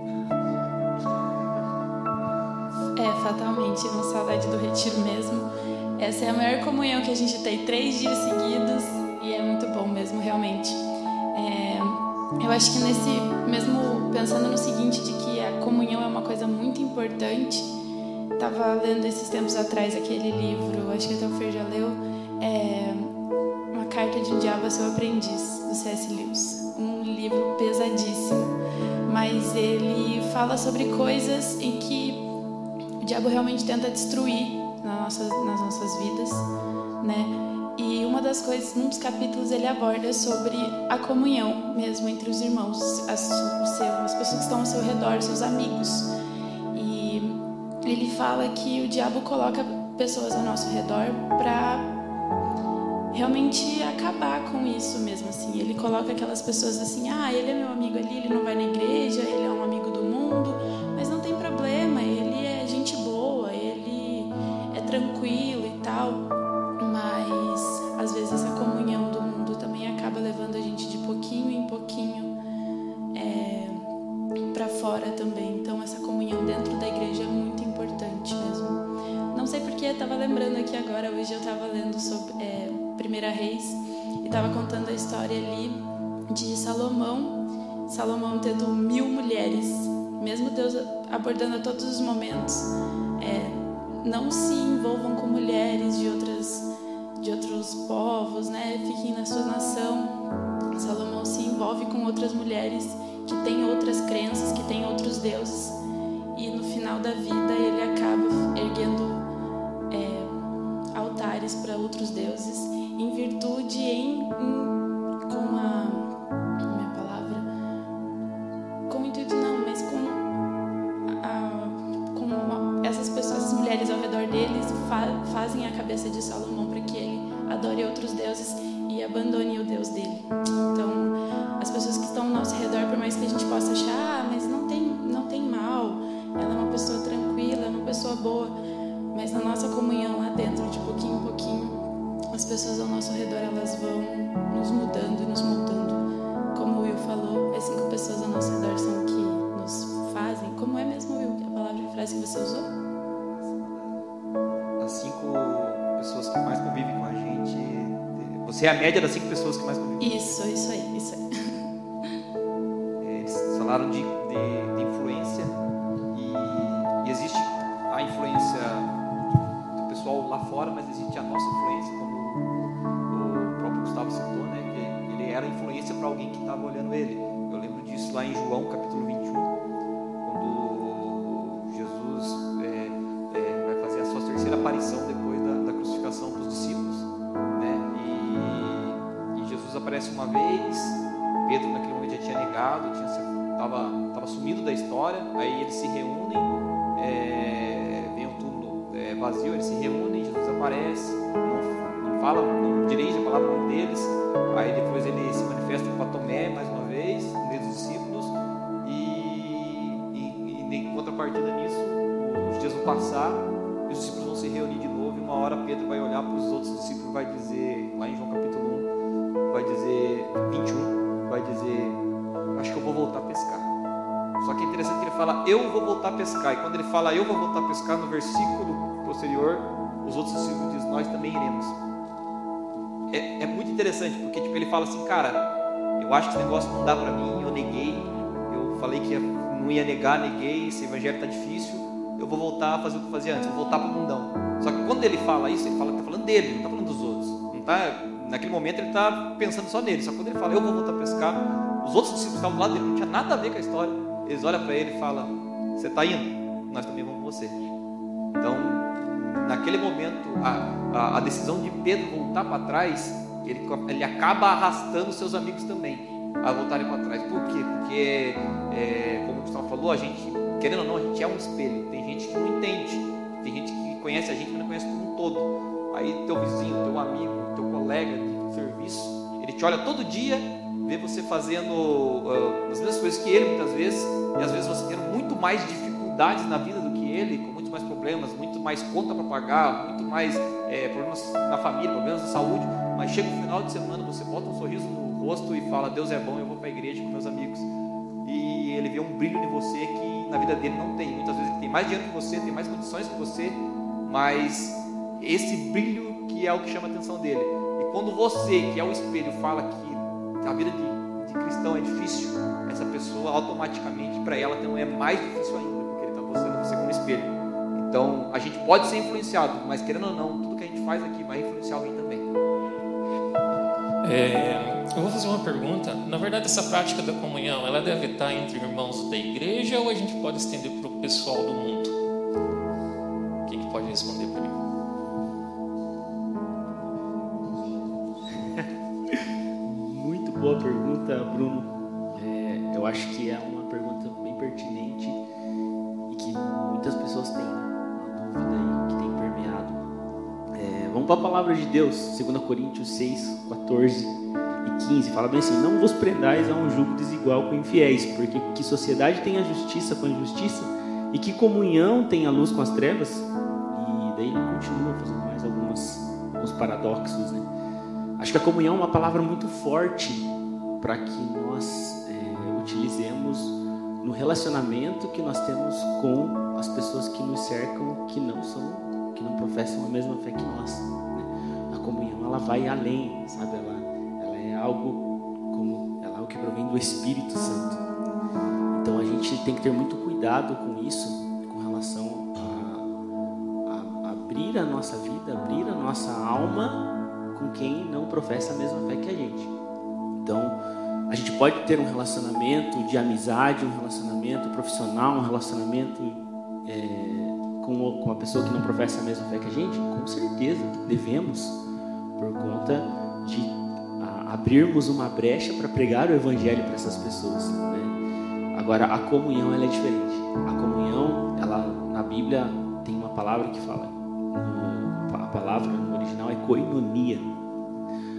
É, fatalmente, uma saudade do retiro mesmo. Essa é a maior comunhão que a gente tem, três dias seguidos, e é muito bom mesmo, realmente. É, eu acho que nesse, mesmo pensando no seguinte, de que a comunhão é uma coisa muito importante, estava lendo esses tempos atrás aquele livro, acho que até o Fer já leu, é, Uma Carta de um Diabo a Seu Aprendiz, do C S Lewis. Um livro pesadíssimo, mas ele fala sobre coisas em que o diabo realmente tenta destruir nas nossas, nas nossas vidas, né? E uma das coisas, num dos capítulos, ele aborda sobre a comunhão mesmo entre os irmãos, as, o seu, as pessoas que estão ao seu redor, seus amigos. E ele fala que o diabo coloca pessoas ao nosso redor para realmente acabar com isso mesmo, assim. Ele coloca aquelas pessoas assim, ah, ele é meu amigo ali, ele não vai na igreja, ele é um amigo do mundo, mas não tem problema, ele é gente boa, ele é tranquilo e tal, mas às vezes essa comunhão do mundo também acaba levando a gente de pouquinho em pouquinho é, para fora também. Então essa comunhão dentro da igreja é muito importante mesmo. Não sei porque eu estava lembrando aqui agora, hoje eu estava lendo sobre é, Primeira Reis e estava contando a história ali de Salomão, Salomão tendo mil mulheres, mesmo Deus abordando a todos os momentos, é, não se envolvam com mulheres de outras de outros povos, né? Fiquem na sua nação. Salomão se envolve com outras mulheres que têm outras crenças, que têm outros deuses, e no final da vida ele acaba erguendo é, altares para outros deuses em virtude em, em com a minha palavra com o intuito não, mas com a, com a, essas pessoas, as mulheres ao redor deles fa, fazem a adore outros deuses e abandone o Deus dele. Então, as pessoas que estão ao nosso redor, por mais que a gente possa achar, ah, mas não tem, não tem mal, ela é uma pessoa tranquila, é uma pessoa boa, mas na nossa comunhão lá dentro, de pouquinho em pouquinho, as pessoas ao nosso redor, elas vão nos mudando e nos moldando. Como o Will falou, as cinco pessoas ao nosso redor são o que nos fazem. Como é mesmo, Will, a palavra e frase que você usou? As cinco pessoas que mais convivem com a gente. Você é a média das cinco pessoas que mais convivem. Isso, isso aí, isso aí. É, eles falaram de, de, de influência e, e existe a influência do pessoal lá fora, mas existe a nossa influência, como o próprio Gustavo citou, né? Que ele era influência para alguém que estava olhando ele. Eu lembro disso lá em João, capítulo vinte e um, quando Jesus é, é, vai fazer a sua terceira aparição depois da, da crucificação para os discípulos, né? E, e Jesus aparece uma vez, Pedro naquele momento já tinha negado, estava tava sumido da história, aí eles se reúnem, é, vem um túmulo é, vazio, eles se reúnem, Jesus aparece, não, não fala, não dirige a palavra para um deles, aí depois ele se manifesta para Tomé mais uma vez, no meio dos discípulos, e, e, e em contrapartida nisso, os dias vão passar, e os discípulos vão se reunir de novo, e uma hora Pedro vai olhar para os outros discípulos e vai dizer, lá em João capítulo um, vai dizer, vinte e um, vai dizer, acho que eu vou voltar a pescar. Só que é interessante que ele fala, eu vou voltar a pescar, e quando ele fala, eu vou voltar a pescar, no versículo posterior, os outros discípulos dizem, nós também iremos. É, é muito interessante, porque tipo, ele fala assim, cara, eu acho que esse negócio não dá pra mim, eu neguei, eu falei que ia, não ia negar, neguei, esse evangelho tá difícil, eu vou voltar a fazer o que eu fazia antes, vou voltar pro mundão. Só que quando ele fala isso, ele fala que tá falando dele, não tá falando dos outros. Não tá, naquele momento ele tá pensando só nele, só que quando ele fala, eu vou voltar a pescar, os outros discípulos estavam do lado dele, não tinha nada a ver com a história, eles olham para ele e falam, você tá indo? Nós também vamos com você. Então, naquele momento, a, a, a decisão de Pedro voltar para trás, ele, ele acaba arrastando seus amigos também a voltarem para trás. Por quê? Porque, é, como o Gustavo falou, a gente, querendo ou não, a gente é um espelho. Tem gente que não entende, tem gente que conhece a gente, mas não conhece como um todo. Aí teu vizinho, teu amigo, teu colega de serviço, ele te olha todo dia, vê você fazendo uh, as mesmas coisas que ele muitas vezes, e às vezes você tendo muito mais dificuldades na vida do que ele, com muito mais problemas, muito mais conta para pagar, muito mais é, problemas na família, problemas na saúde, mas chega no final de semana, você bota um sorriso no rosto e fala, Deus é bom, eu vou para a igreja com meus amigos, e ele vê um brilho em você que na vida dele não tem. Muitas vezes ele tem mais dinheiro que você, tem mais condições que você, mas esse brilho que é o que chama a atenção dele. E quando você, que é o espelho, fala que a vida de, de cristão é difícil, essa pessoa automaticamente, para ela também é mais difícil ainda, porque ele está mostrando você como espelho. Então, a gente pode ser influenciado, mas querendo ou não, tudo que a gente faz aqui vai influenciar alguém também. É, eu vou fazer uma pergunta. Na verdade, essa prática da comunhão, ela deve estar entre irmãos da igreja ou a gente pode estender para o pessoal do mundo? Quem que pode responder para mim? Boa pergunta, Bruno. É, eu acho que é uma pergunta bem pertinente e que muitas pessoas têm, né? Uma dúvida aí que tem permeado. É, vamos para a palavra de Deus, dois Coríntios seis, quatorze e quinze. Fala bem assim, não vos prendais a um jugo desigual com infiéis, porque que sociedade tem a justiça com a injustiça e que comunhão tem a luz com as trevas? E daí ele continua fazendo mais algumas, alguns paradoxos, né? Acho que a comunhão é uma palavra muito forte para que nós é, utilizemos no relacionamento que nós temos com as pessoas que nos cercam, que não são, que não professam a mesma fé que nós, né? A comunhão, ela vai além, sabe? Ela, ela é algo como, ela é algo que provém do Espírito Santo. Então a gente tem que ter muito cuidado com isso, com relação a, a abrir a nossa vida, abrir a nossa alma com quem não professa a mesma fé que a gente. Então, a gente pode ter um relacionamento de amizade, um relacionamento profissional, um relacionamento é, com, com uma pessoa que não professa a mesma fé que a gente? Com certeza, devemos, por conta de a, abrirmos uma brecha para pregar o evangelho para essas pessoas, né? Agora, a comunhão, ela é diferente. A comunhão, ela, na Bíblia, tem uma palavra que fala, no, a palavra no original é koinonia,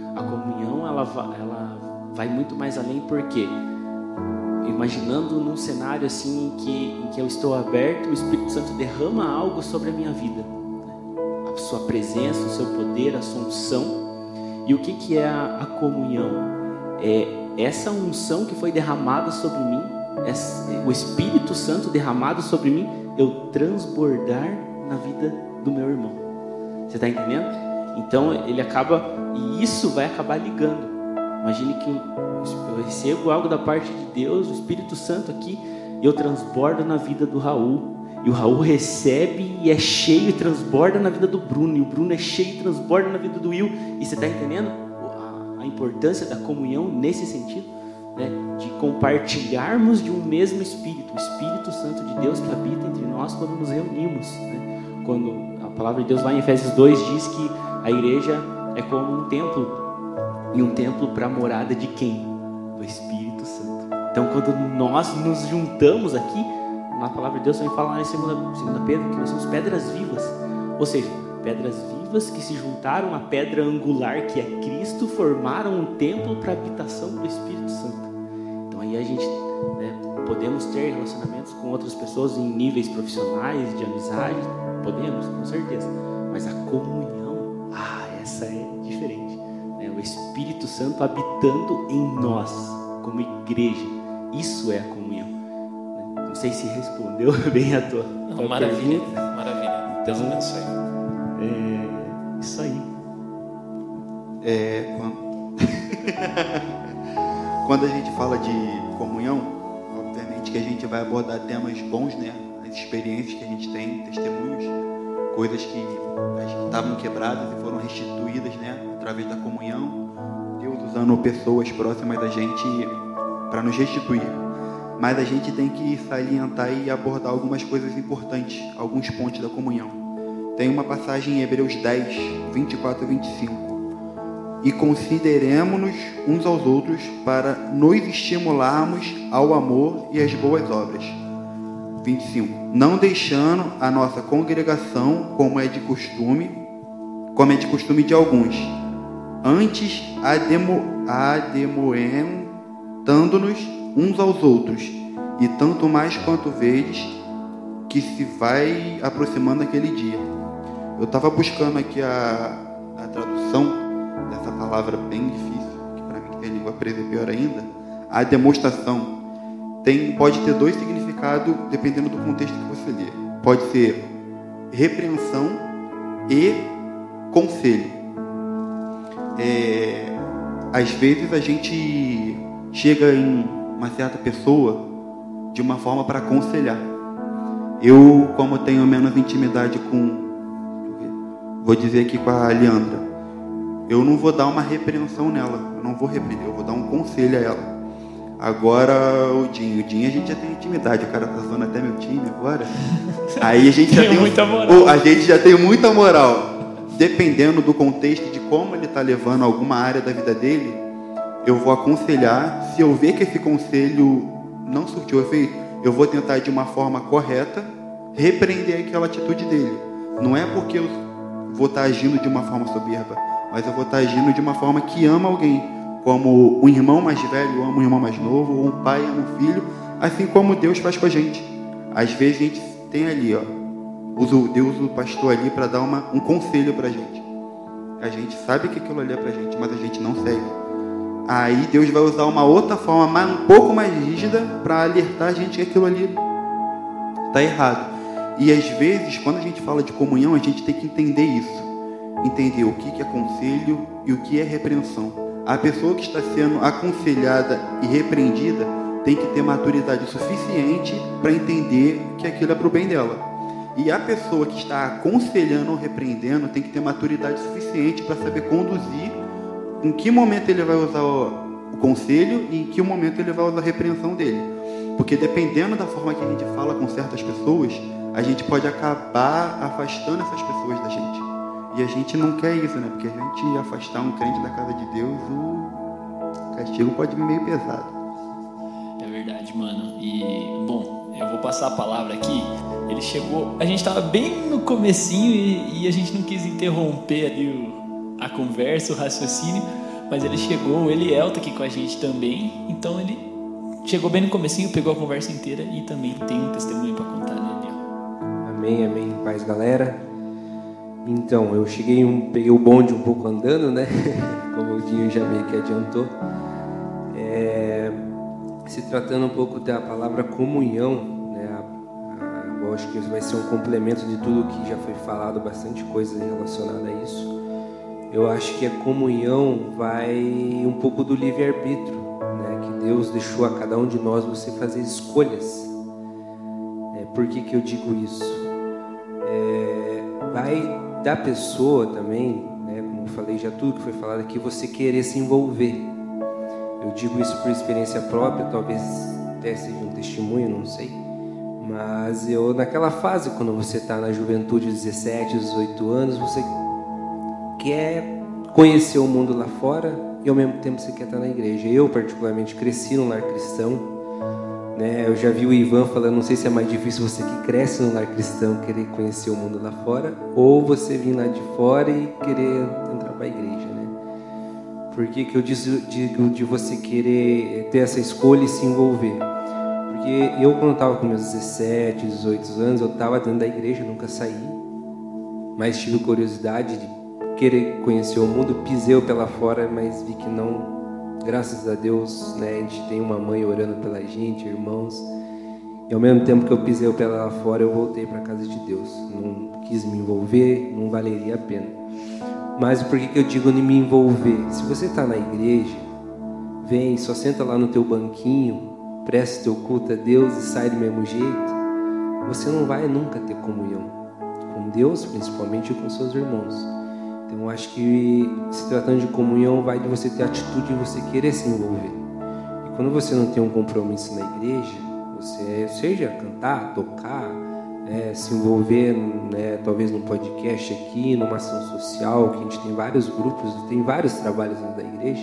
A comunhão, ela vai, ela vai muito mais além, porque imaginando num cenário assim em que, em que eu estou aberto, o Espírito Santo derrama algo sobre a minha vida, né? A sua presença, o seu poder, a sua unção. E o que, que é a, a comunhão? É essa unção que foi derramada sobre mim, essa, o Espírito Santo derramado sobre mim, eu transbordar na vida do meu irmão. Você está entendendo? Então ele acaba, e isso vai acabar ligando. Imagine que eu recebo algo da parte de Deus, o Espírito Santo aqui, e eu transbordo na vida do Raul. E o Raul recebe e é cheio e transborda na vida do Bruno. E o Bruno é cheio e transborda na vida do Will. E você está entendendo a, a importância da comunhão nesse sentido? Né? De compartilharmos de um mesmo Espírito. O Espírito Santo de Deus que habita entre nós quando nos reunimos. Né? Quando a palavra de Deus lá em Efésios dois diz que a igreja é como um templo. E um templo para a morada de quem? Do Espírito Santo. Então quando nós nos juntamos aqui, na palavra de Deus também fala lá em segunda Pedro que nós somos pedras vivas, ou seja, pedras vivas que se juntaram à pedra angular que é Cristo, formaram um templo para a habitação do Espírito Santo. Então aí a gente, né, podemos ter relacionamentos com outras pessoas em níveis profissionais, de amizade, podemos, com certeza, mas a comunhão, ah, essa é diferente, né? O Espírito Santo habitando em nós, como igreja, isso é a comunhão. Não sei se respondeu bem a tua, tua maravilha, pergunta. Maravilha. Então, é isso aí. É isso aí. É, quando... quando a gente fala de comunhão, obviamente que a gente vai abordar temas bons, né? As experiências que a gente tem, testemunhos, coisas que estavam quebradas e foram restituídas, né? Através da comunhão, Deus usando pessoas próximas da gente para nos restituir. Mas a gente tem que salientar e abordar algumas coisas importantes, alguns pontos da comunhão. Tem uma passagem em Hebreus dez, vinte e quatro a vinte e cinco. E consideremo-nos uns aos outros para nos estimularmos ao amor e às boas obras. vinte e cinco. Não deixando a nossa congregação como é de costume, como é de costume de alguns. Antes, ademo, ademoentando-nos uns aos outros, e tanto mais quanto vedes que se vai aproximando aquele dia. Eu estava buscando aqui a, a tradução dessa palavra bem difícil, que para mim que tem língua presa é pior ainda. A demonstração tem, pode ter dois significados dependendo do contexto que você lê. Pode ser repreensão e conselho. É, às vezes a gente chega em uma certa pessoa de uma forma para aconselhar. Eu, como tenho menos intimidade com, vou dizer aqui com a Leandra, eu não vou dar uma repreensão nela, eu não vou repreender, eu vou dar um conselho a ela. Agora o Dinho, o Dinho a gente já tem intimidade, o cara tá zoando até meu time agora. Aí a gente já tem, tem muita moral. A gente já tem muita moral. Dependendo do contexto de como ele está levando alguma área da vida dele, eu vou aconselhar. Se eu ver que esse conselho não surtiu efeito, eu vou tentar de uma forma correta repreender aquela atitude dele. Não é porque eu vou estar agindo de uma forma soberba, mas eu vou estar agindo de uma forma que ama alguém, como um irmão mais velho ama um irmão mais novo, ou um pai ama um filho, assim como Deus faz com a gente. Às vezes a gente tem ali, ó, usa o Deus, o pastor ali para dar uma, um conselho para a gente. A gente sabe que aquilo ali é para a gente, mas a gente não segue. Aí Deus vai usar uma outra forma, mais, um pouco mais rígida, para alertar a gente que aquilo ali está errado. E às vezes, quando a gente fala de comunhão, a gente tem que entender isso. Entender o que é conselho e o que é repreensão. A pessoa que está sendo aconselhada e repreendida tem que ter maturidade suficiente para entender que aquilo é para o bem dela. E a pessoa que está aconselhando ou repreendendo tem que ter maturidade suficiente para saber conduzir em que momento ele vai usar o conselho e em que momento ele vai usar a repreensão dele. Porque dependendo da forma que a gente fala com certas pessoas, a gente pode acabar afastando essas pessoas da gente. E a gente não quer isso, né? Porque a gente afastar um crente da casa de Deus, o castigo pode vir meio pesado. É verdade, mano. E, bom, eu vou passar a palavra aqui. Ele chegou... A gente estava bem no comecinho e, e a gente não quis interromper ali o, a conversa, o raciocínio. mas ele chegou, o Eliel tá aqui com a gente também, então ele chegou bem no comecinho, pegou a conversa inteira e também tem um testemunho para contar, né, Eliel? Amém, amém. Paz, galera. Então, eu cheguei, um, peguei o bonde um pouco andando, né? Como o Dinho já meio que adiantou. É, se tratando um pouco da palavra comunhão, né? A, a, eu acho que vai ser um complemento de tudo que já foi falado, bastante coisa relacionada a isso. Eu acho que a comunhão vai um pouco do livre-arbítrio, né? Que Deus deixou a cada um de nós você fazer escolhas. É, por que que eu digo isso? É, vai da pessoa também, né, como eu falei já, tudo que foi falado aqui, você querer se envolver. Eu digo isso por experiência própria, talvez até seja um testemunho, não sei, mas eu, naquela fase, quando você está na juventude, dezessete, dezoito anos, você quer conhecer o mundo lá fora e ao mesmo tempo você quer estar na igreja. Eu, particularmente, cresci num lar cristão, né? Eu já vi o Ivan falando, não sei se é mais difícil você que cresce no lar cristão querer conhecer o mundo lá fora, ou você vir lá de fora e querer entrar para a igreja, né? Por que que eu digo de você querer ter essa escolha e se envolver? Porque eu, quando estava com meus dezessete, dezoito anos, eu estava dentro da igreja, nunca saí, mas tive curiosidade de querer conhecer o mundo, pisei pela fora, mas vi que não. Graças a Deus, né, a gente tem uma mãe orando pela gente, irmãos. E ao mesmo tempo que eu pisei o pé lá fora, eu voltei para a casa de Deus. Não quis me envolver, não valeria a pena. Mas por que que eu digo de me envolver? Se você está na igreja, vem, só senta lá no teu banquinho, presta teu culto a Deus e sai do mesmo jeito, você não vai nunca ter comunhão com Deus, principalmente com seus irmãos. Então, eu acho que, se tratando de comunhão, vai de você ter a atitude de você querer se envolver. E quando você não tem um compromisso na igreja, você, seja cantar, tocar, né, se envolver, né, talvez num podcast aqui, numa ação social, que a gente tem vários grupos, tem vários trabalhos dentro da igreja.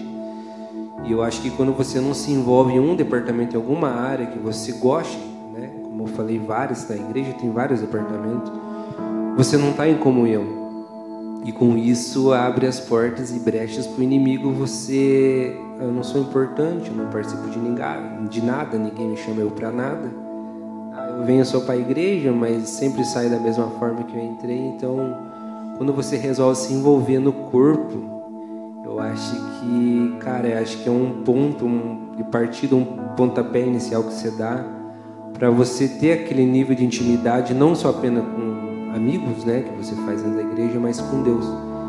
E eu acho que quando você não se envolve em um departamento, em alguma área que você goste, né, como eu falei, vários na igreja, tem vários departamentos, você não está em comunhão. E com isso abre as portas e brechas para o inimigo. Você, eu não sou importante, eu não participo de, ninguém, de nada, ninguém me chama eu para nada. Eu venho só para a igreja, mas sempre saio da mesma forma que eu entrei. Então, quando você resolve se envolver no corpo, eu acho que, cara, eu acho que é um ponto um, de partida, um pontapé inicial que você dá para você ter aquele nível de intimidade, não só apenas com amigos, né, que você faz dentro da igreja, mas com Deus.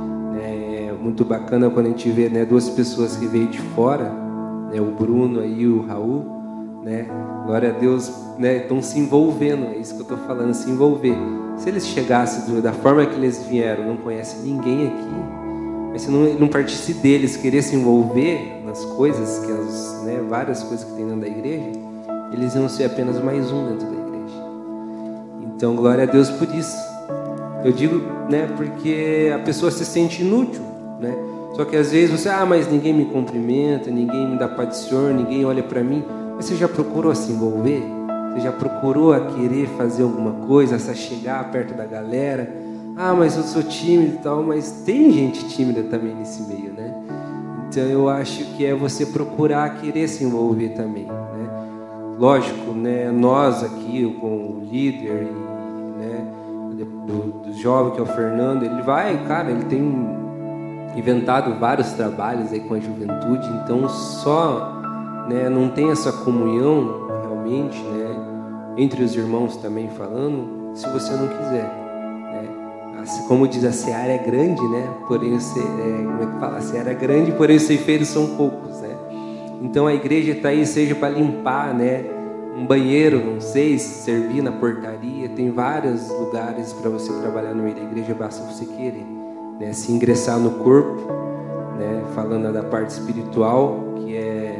É muito bacana quando a gente vê, né, duas pessoas que veio de fora, né, o Bruno e o Raul, né, glória a Deus, né, estão se envolvendo, é isso que eu estou falando, se envolver. Se eles chegassem da forma que eles vieram, não conhecem ninguém aqui, mas se não, não partisse deles querer se envolver nas coisas, que as, né, várias coisas que tem dentro da igreja, eles iam ser apenas mais um dentro da igreja. Então, glória a Deus por isso. Eu digo, né, porque a pessoa se sente inútil, né? Só que às vezes você, ah, mas ninguém me cumprimenta, ninguém me dá paz do Senhor, ninguém olha para mim. Mas você já procurou se envolver? Você já procurou a querer fazer alguma coisa, a chegar perto da galera? Ah, mas eu sou tímido e tal, mas tem gente tímida também nesse meio, né? Então eu acho que é você procurar querer se envolver também, né? Lógico, né, nós aqui com o líder e, né, do, do jovem que é o Fernando, ele vai, cara, ele tem inventado vários trabalhos aí com a juventude, então só, né, não tem essa comunhão realmente, né, entre os irmãos também falando, se você não quiser, né? Assim, como diz, a seara é grande, né, porém o ce, é, como é que fala? A seara é grande, porém os ceifeiros são poucos, né? Então a igreja está aí, seja para limpar, né, um banheiro, não sei, servir na portaria, tem vários lugares para você trabalhar no meio da igreja, basta você querer, né, se ingressar no corpo, né, falando da parte espiritual, que é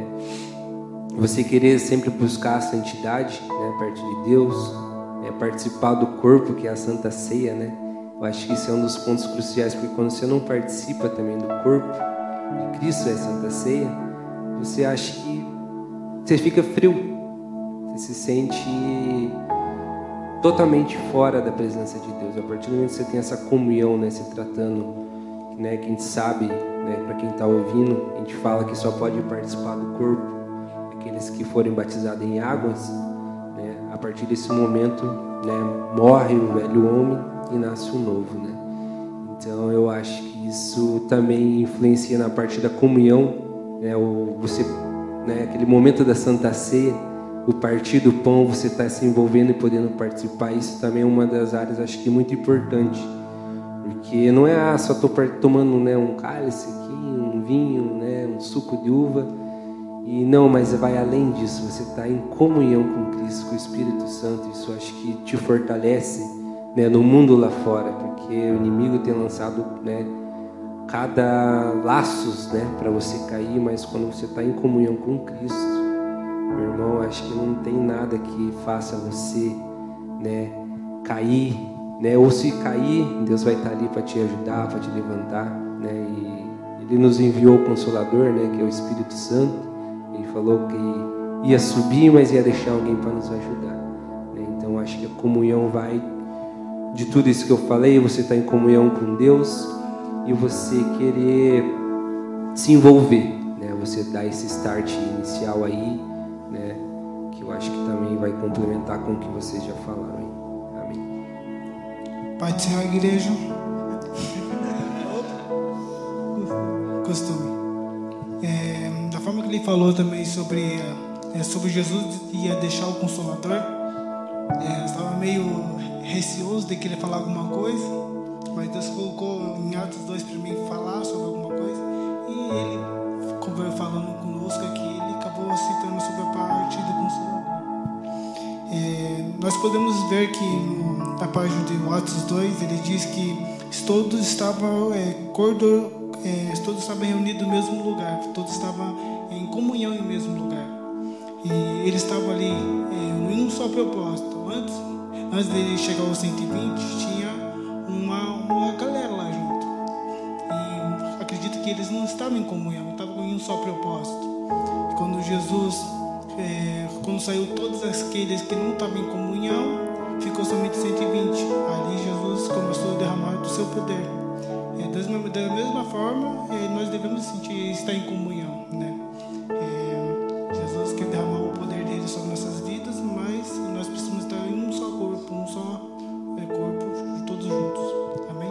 você querer sempre buscar a santidade, né, perto de Deus, é, participar do corpo, que é a Santa Ceia, né? Eu acho que isso é um dos pontos cruciais, porque quando você não participa também do corpo de Cristo, é a Santa Ceia, você acha que você fica frio, você se sente totalmente fora da presença de Deus. A partir do momento que você tem essa comunhão, né, se tratando, né, que a gente sabe, né, para quem está ouvindo, a gente fala que só pode participar do corpo aqueles que forem batizados em águas, né, a partir desse momento, né, morre o velho homem e nasce o novo, né? Então eu acho que isso também influencia na parte da comunhão, né, o, você, né, aquele momento da Santa Ceia, o partir do pão, você está se envolvendo e podendo participar, isso também é uma das áreas, acho que muito importante, porque não é ah, só estou tomando, né, um cálice aqui, um vinho, né, um suco de uva, e não, mas vai além disso, você está em comunhão com Cristo, com o Espírito Santo, isso acho que te fortalece, né, no mundo lá fora, porque o inimigo tem lançado, né, cada laços, né, para você cair, mas quando você está em comunhão com Cristo, meu irmão, acho que não tem nada que faça você, né, cair, né, ou se cair, Deus vai estar ali para te ajudar, para te levantar, né, e Ele nos enviou o Consolador, né, que é o Espírito Santo. Ele falou que ia subir, mas ia deixar alguém para nos ajudar, né? Então acho que a comunhão vai de tudo isso que eu falei, você está em comunhão com Deus e você querer se envolver, né? Você dá esse start inicial aí, né? Que eu acho que também vai complementar com o que vocês já falaram aí. Amém. Pai do Senhor, igreja. Costume. É, da forma que ele falou também sobre, é, sobre Jesus ia deixar o Consolador, é, eu estava meio receoso de querer falar alguma coisa, mas Deus colocou em Atos dois para mim falar sobre alguma coisa, e ele, como eu falando conosco aqui, ele acabou citando sobre a parte do Consolador. É, nós podemos ver que na página de Atos dois ele diz que todos estavam é, cordo, é, todos estavam reunidos no mesmo lugar, todos estavam em comunhão em mesmo lugar, e eles estavam ali é, em um só propósito. Antes, antes de chegar aos cento e vinte, tinha uma, uma galera lá junto, e acredito que eles não estavam em comunhão, estavam em um só propósito. E quando Jesus, é, quando saiu todos aqueles que não estavam em comunhão, ficou somente cento e vinte. Ali Jesus começou a derramar do seu poder. É, da mesma forma, é, nós devemos sentir estar em comunhão, né? É, Jesus quer derramar o poder dele sobre nossas vidas, mas nós precisamos estar em um só corpo, um só é, corpo, todos juntos. Amém?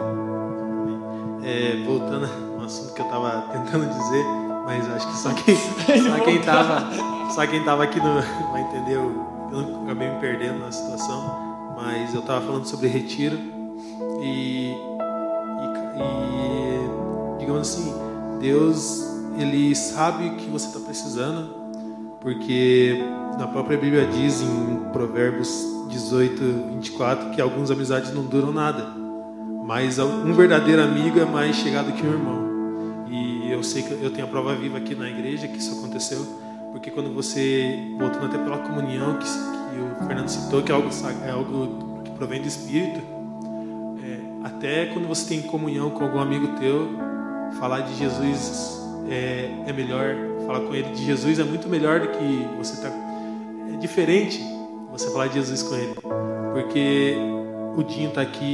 É, voltando ao assunto que eu estava tentando dizer, mas acho que só quem só quem estava só quem estava aqui não vai entender. Eu, eu acabei me perdendo na situação. Mas eu estava falando sobre retiro e, e, e, digamos assim, Deus, Ele sabe o que você está precisando, porque na própria Bíblia diz em Provérbios dezoito, vinte e quatro, que algumas amizades não duram nada, mas um verdadeiro amigo é mais chegado que um irmão. E eu sei que eu tenho a prova viva aqui na igreja que isso aconteceu, porque quando você, voltando até pela comunhão, que, que o Fernando citou, que é algo, é algo que provém do Espírito, é, até quando você tem comunhão com algum amigo teu, falar de Jesus é, é melhor, falar com ele de Jesus é muito melhor do que você tá, é diferente você falar de Jesus com ele, porque o Dinho está aqui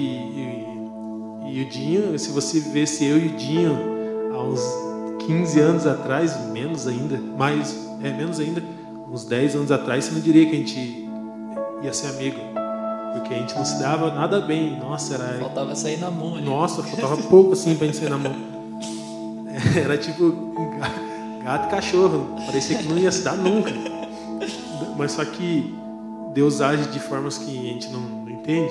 e, e o Dinho, se você visse eu e o Dinho há uns quinze anos atrás, menos ainda, mais, é menos ainda, uns dez anos atrás, você não diria que a gente ia ser amigo, porque a gente não se dava nada bem. Nossa, era... Faltava sair na mão ali. Nossa, faltava pouco assim pra gente sair na mão. Era tipo gato e cachorro, parecia que não ia se dar nunca. Mas só que Deus age de formas que a gente não, não entende.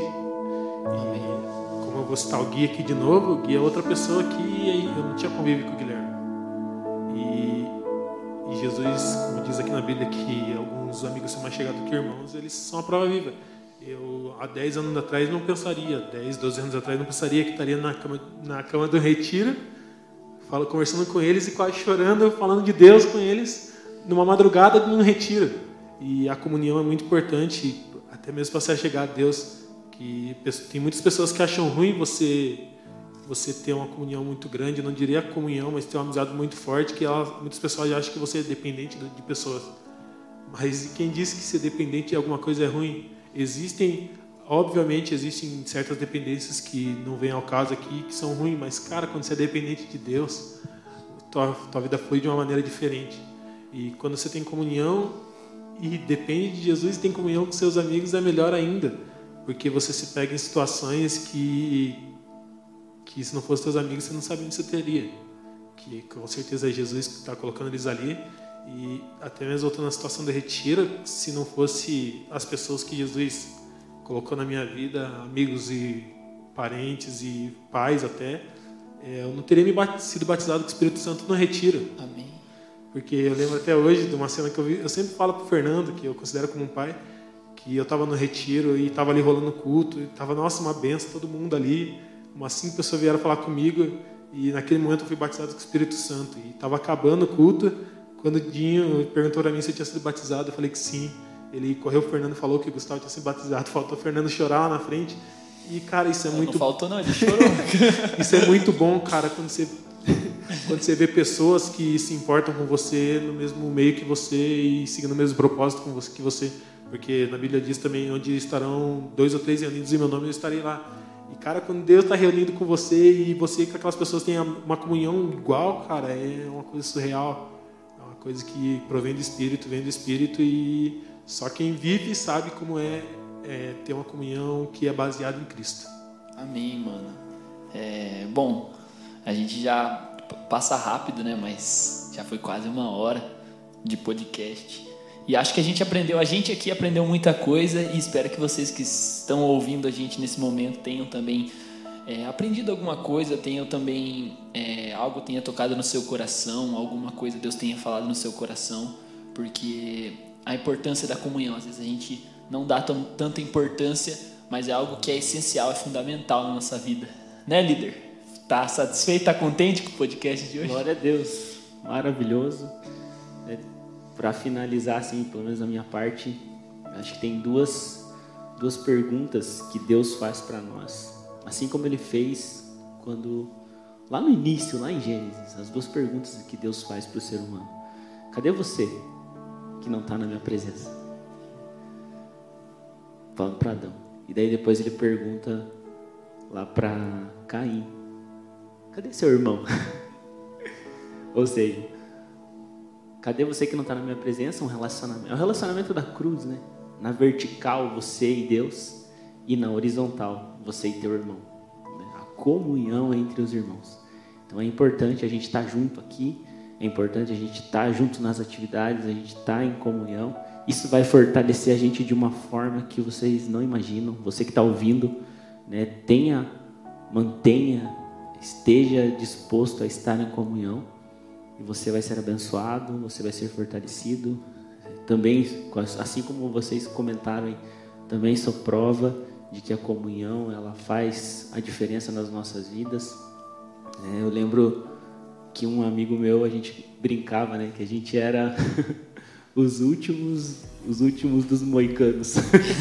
E como eu vou citar o Gui aqui de novo, o Gui é outra pessoa que eu não tinha convívio com o Guilherme. E, e Jesus, como diz aqui na Bíblia, que alguns amigos são mais chegados que irmãos, eles são a prova viva. Eu, há dez anos atrás, não pensaria, dez, doze anos atrás, não pensaria que estaria na cama, na cama do retiro, falo, conversando com eles e quase chorando, falando de Deus com eles, numa madrugada num retiro. E a comunhão é muito importante, até mesmo para se chegar a Deus, que tem muitas pessoas que acham ruim você... você ter uma comunhão muito grande, não diria comunhão, mas ter uma amizade muito forte, que ela, muitas pessoas já acham que você é dependente de pessoas. Mas quem disse que ser dependente de alguma coisa é ruim? Existem, obviamente, existem certas dependências que não vêm ao caso aqui, que são ruins, mas, cara, quando você é dependente de Deus, tua, tua vida flui de uma maneira diferente. E quando você tem comunhão e depende de Jesus e tem comunhão com seus amigos, é melhor ainda, porque você se pega em situações que, que se não fossem teus amigos, você não sabia onde você teria. Que com certeza é Jesus que está colocando eles ali. E até mesmo voltando na situação do retiro, se não fosse as pessoas que Jesus colocou na minha vida, amigos e parentes e pais até, eu não teria me bat- sido batizado com o Espírito Santo no retiro. Amém. Porque eu lembro até hoje de uma cena que eu vi, eu sempre falo pro Fernando, que eu considero como um pai, que eu estava no retiro e estava ali rolando culto, e estava, nossa, uma benção, todo mundo ali, umas cinco pessoas vieram falar comigo, e naquele momento eu fui batizado com o Espírito Santo, e estava acabando o culto, quando o Dinho perguntou para mim se eu tinha sido batizado, eu falei que sim. Ele correu, o Fernando falou que o Gustavo tinha sido batizado, faltou o Fernando chorar lá na frente, e cara, isso é não, muito... Não faltou não, ele chorou. Isso é muito bom, cara, quando você... Quando você vê pessoas que se importam com você no mesmo meio que você e seguindo o mesmo propósito com você, que você, porque na Bíblia diz também, onde estarão dois ou três reunidos em meu nome, eu estarei lá. E cara, quando Deus está reunido com você e você com aquelas pessoas têm uma comunhão igual, cara, é uma coisa surreal, é uma coisa que provém do Espírito, vem do Espírito, e só quem vive sabe como é, é ter uma comunhão que é baseada em Cristo. Amém, mano. É, bom, a gente já passa rápido, né? Mas já foi quase uma hora de podcast. E acho que a gente aprendeu, a gente aqui aprendeu muita coisa e espero que vocês que estão ouvindo a gente nesse momento tenham também é, aprendido alguma coisa, tenham também é, algo tenha tocado no seu coração, alguma coisa Deus tenha falado no seu coração, porque a importância da comunhão, às vezes a gente não dá tão, tanta importância, mas é algo que é essencial, é fundamental na nossa vida, né, líder? Tá satisfeito, tá contente com o podcast de hoje? Glória a Deus, maravilhoso. É, para finalizar, assim, pelo menos a minha parte, acho que tem duas, duas perguntas que Deus faz para nós. Assim como Ele fez quando, lá no início, lá em Gênesis, as duas perguntas que Deus faz para o ser humano. Cadê você que não está na minha presença? Falando para Adão. E daí depois Ele pergunta lá para Caim. Cadê seu irmão? Ou seja, cadê você que não está na minha presença? Um relacionamento. É o relacionamento da cruz, né? Na vertical, você e Deus. E na horizontal, você e teu irmão. A comunhão entre os irmãos. Então é importante a gente estar junto aqui. É importante a gente estar junto nas atividades. A gente estar em comunhão. Isso vai fortalecer a gente de uma forma que vocês não imaginam. Você que está ouvindo, né? Tenha, mantenha... esteja disposto a estar em comunhão e você vai ser abençoado, você vai ser fortalecido. Também, assim como vocês comentaram, também sou prova de que a comunhão ela faz a diferença nas nossas vidas. É, eu lembro que um amigo meu, a gente brincava, né, que a gente era os últimos, os últimos dos moicanos.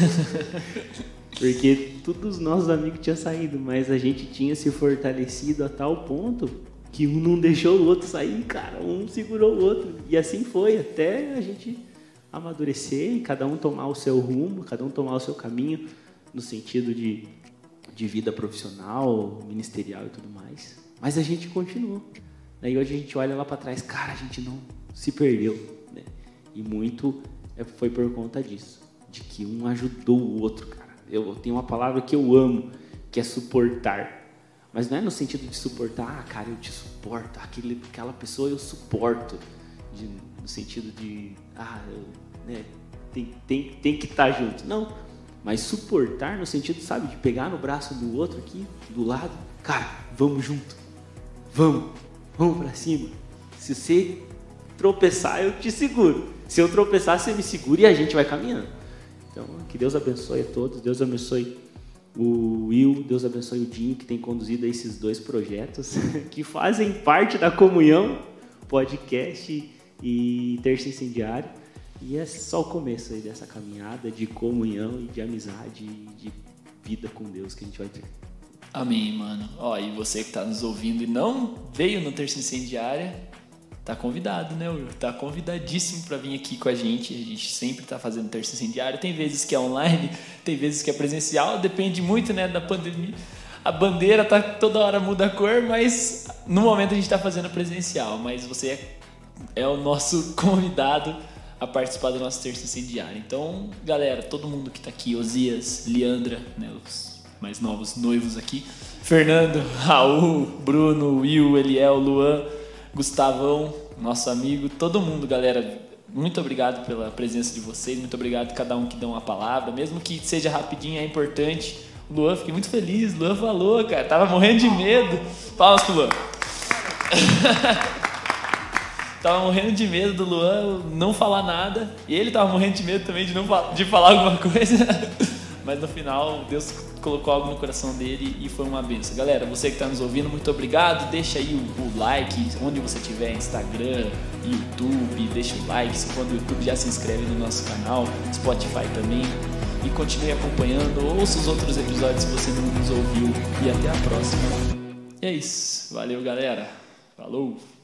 Porque todos os nossos amigos tinham saído, mas a gente tinha se fortalecido a tal ponto que um não deixou o outro sair, cara, um segurou o outro. E assim foi, até a gente amadurecer e cada um tomar o seu rumo, cada um tomar o seu caminho, no sentido de, de vida profissional, ministerial e tudo mais. Mas a gente continuou. Daí hoje a gente olha lá para trás, cara, a gente não se perdeu, né? E muito foi por conta disso, de que um ajudou o outro, cara. Eu tenho uma palavra que eu amo, que é suportar. Mas não é no sentido de suportar, ah, cara, eu te suporto, aquele, aquela pessoa eu suporto. De, no sentido de, ah, eu, né, tem, tem, tem que estar junto. Não, mas suportar no sentido, sabe, de pegar no braço do outro aqui, do lado. Cara, vamos junto. Vamos, vamos pra cima. Se você tropeçar, eu te seguro. Se eu tropeçar, você me segura e a gente vai caminhando. Então, que Deus abençoe a todos, Deus abençoe o Will, Deus abençoe o Dinho, que tem conduzido esses dois projetos, que fazem parte da comunhão, podcast e Terça Incendiário. E é só o começo aí dessa caminhada de comunhão e de amizade e de vida com Deus que a gente vai ter. Amém, mano. Ó, e você que está nos ouvindo e não veio no Terça Incendiária, tá convidado, né, Will? Tá convidadíssimo para vir aqui com a gente. A gente sempre tá fazendo Terça Incendiária. Tem vezes que é online, tem vezes que é presencial. Depende muito, né, da pandemia. a bandeira tá toda hora muda a cor, mas no momento a gente está fazendo presencial. Mas você é, é o nosso convidado a participar do nosso terço incendiário. Então, galera, todo mundo que está aqui, Osias, Leandra, né, os mais novos noivos aqui, Fernando, Raul, Bruno, Will, Eliel, Luan, Gustavão, nosso amigo, todo mundo, galera, muito obrigado pela presença de vocês, muito obrigado a cada um que deu uma palavra, mesmo que seja rapidinho, é importante. Luan, fiquei muito feliz, Luan falou, cara, tava morrendo de medo. Palmas pro Luan. Tava morrendo de medo do Luan não falar nada, e ele tava morrendo de medo também de, não, de falar alguma coisa, mas no final Deus colocou algo no coração dele e foi uma benção. Galera, você que está nos ouvindo, muito obrigado, deixa aí o, o like, onde você tiver, Instagram, YouTube, deixa o like, se for no YouTube já se inscreve no nosso canal, Spotify também, e continue acompanhando, ouça os outros episódios se você não nos ouviu, e até a próxima. E é isso, valeu galera, falou!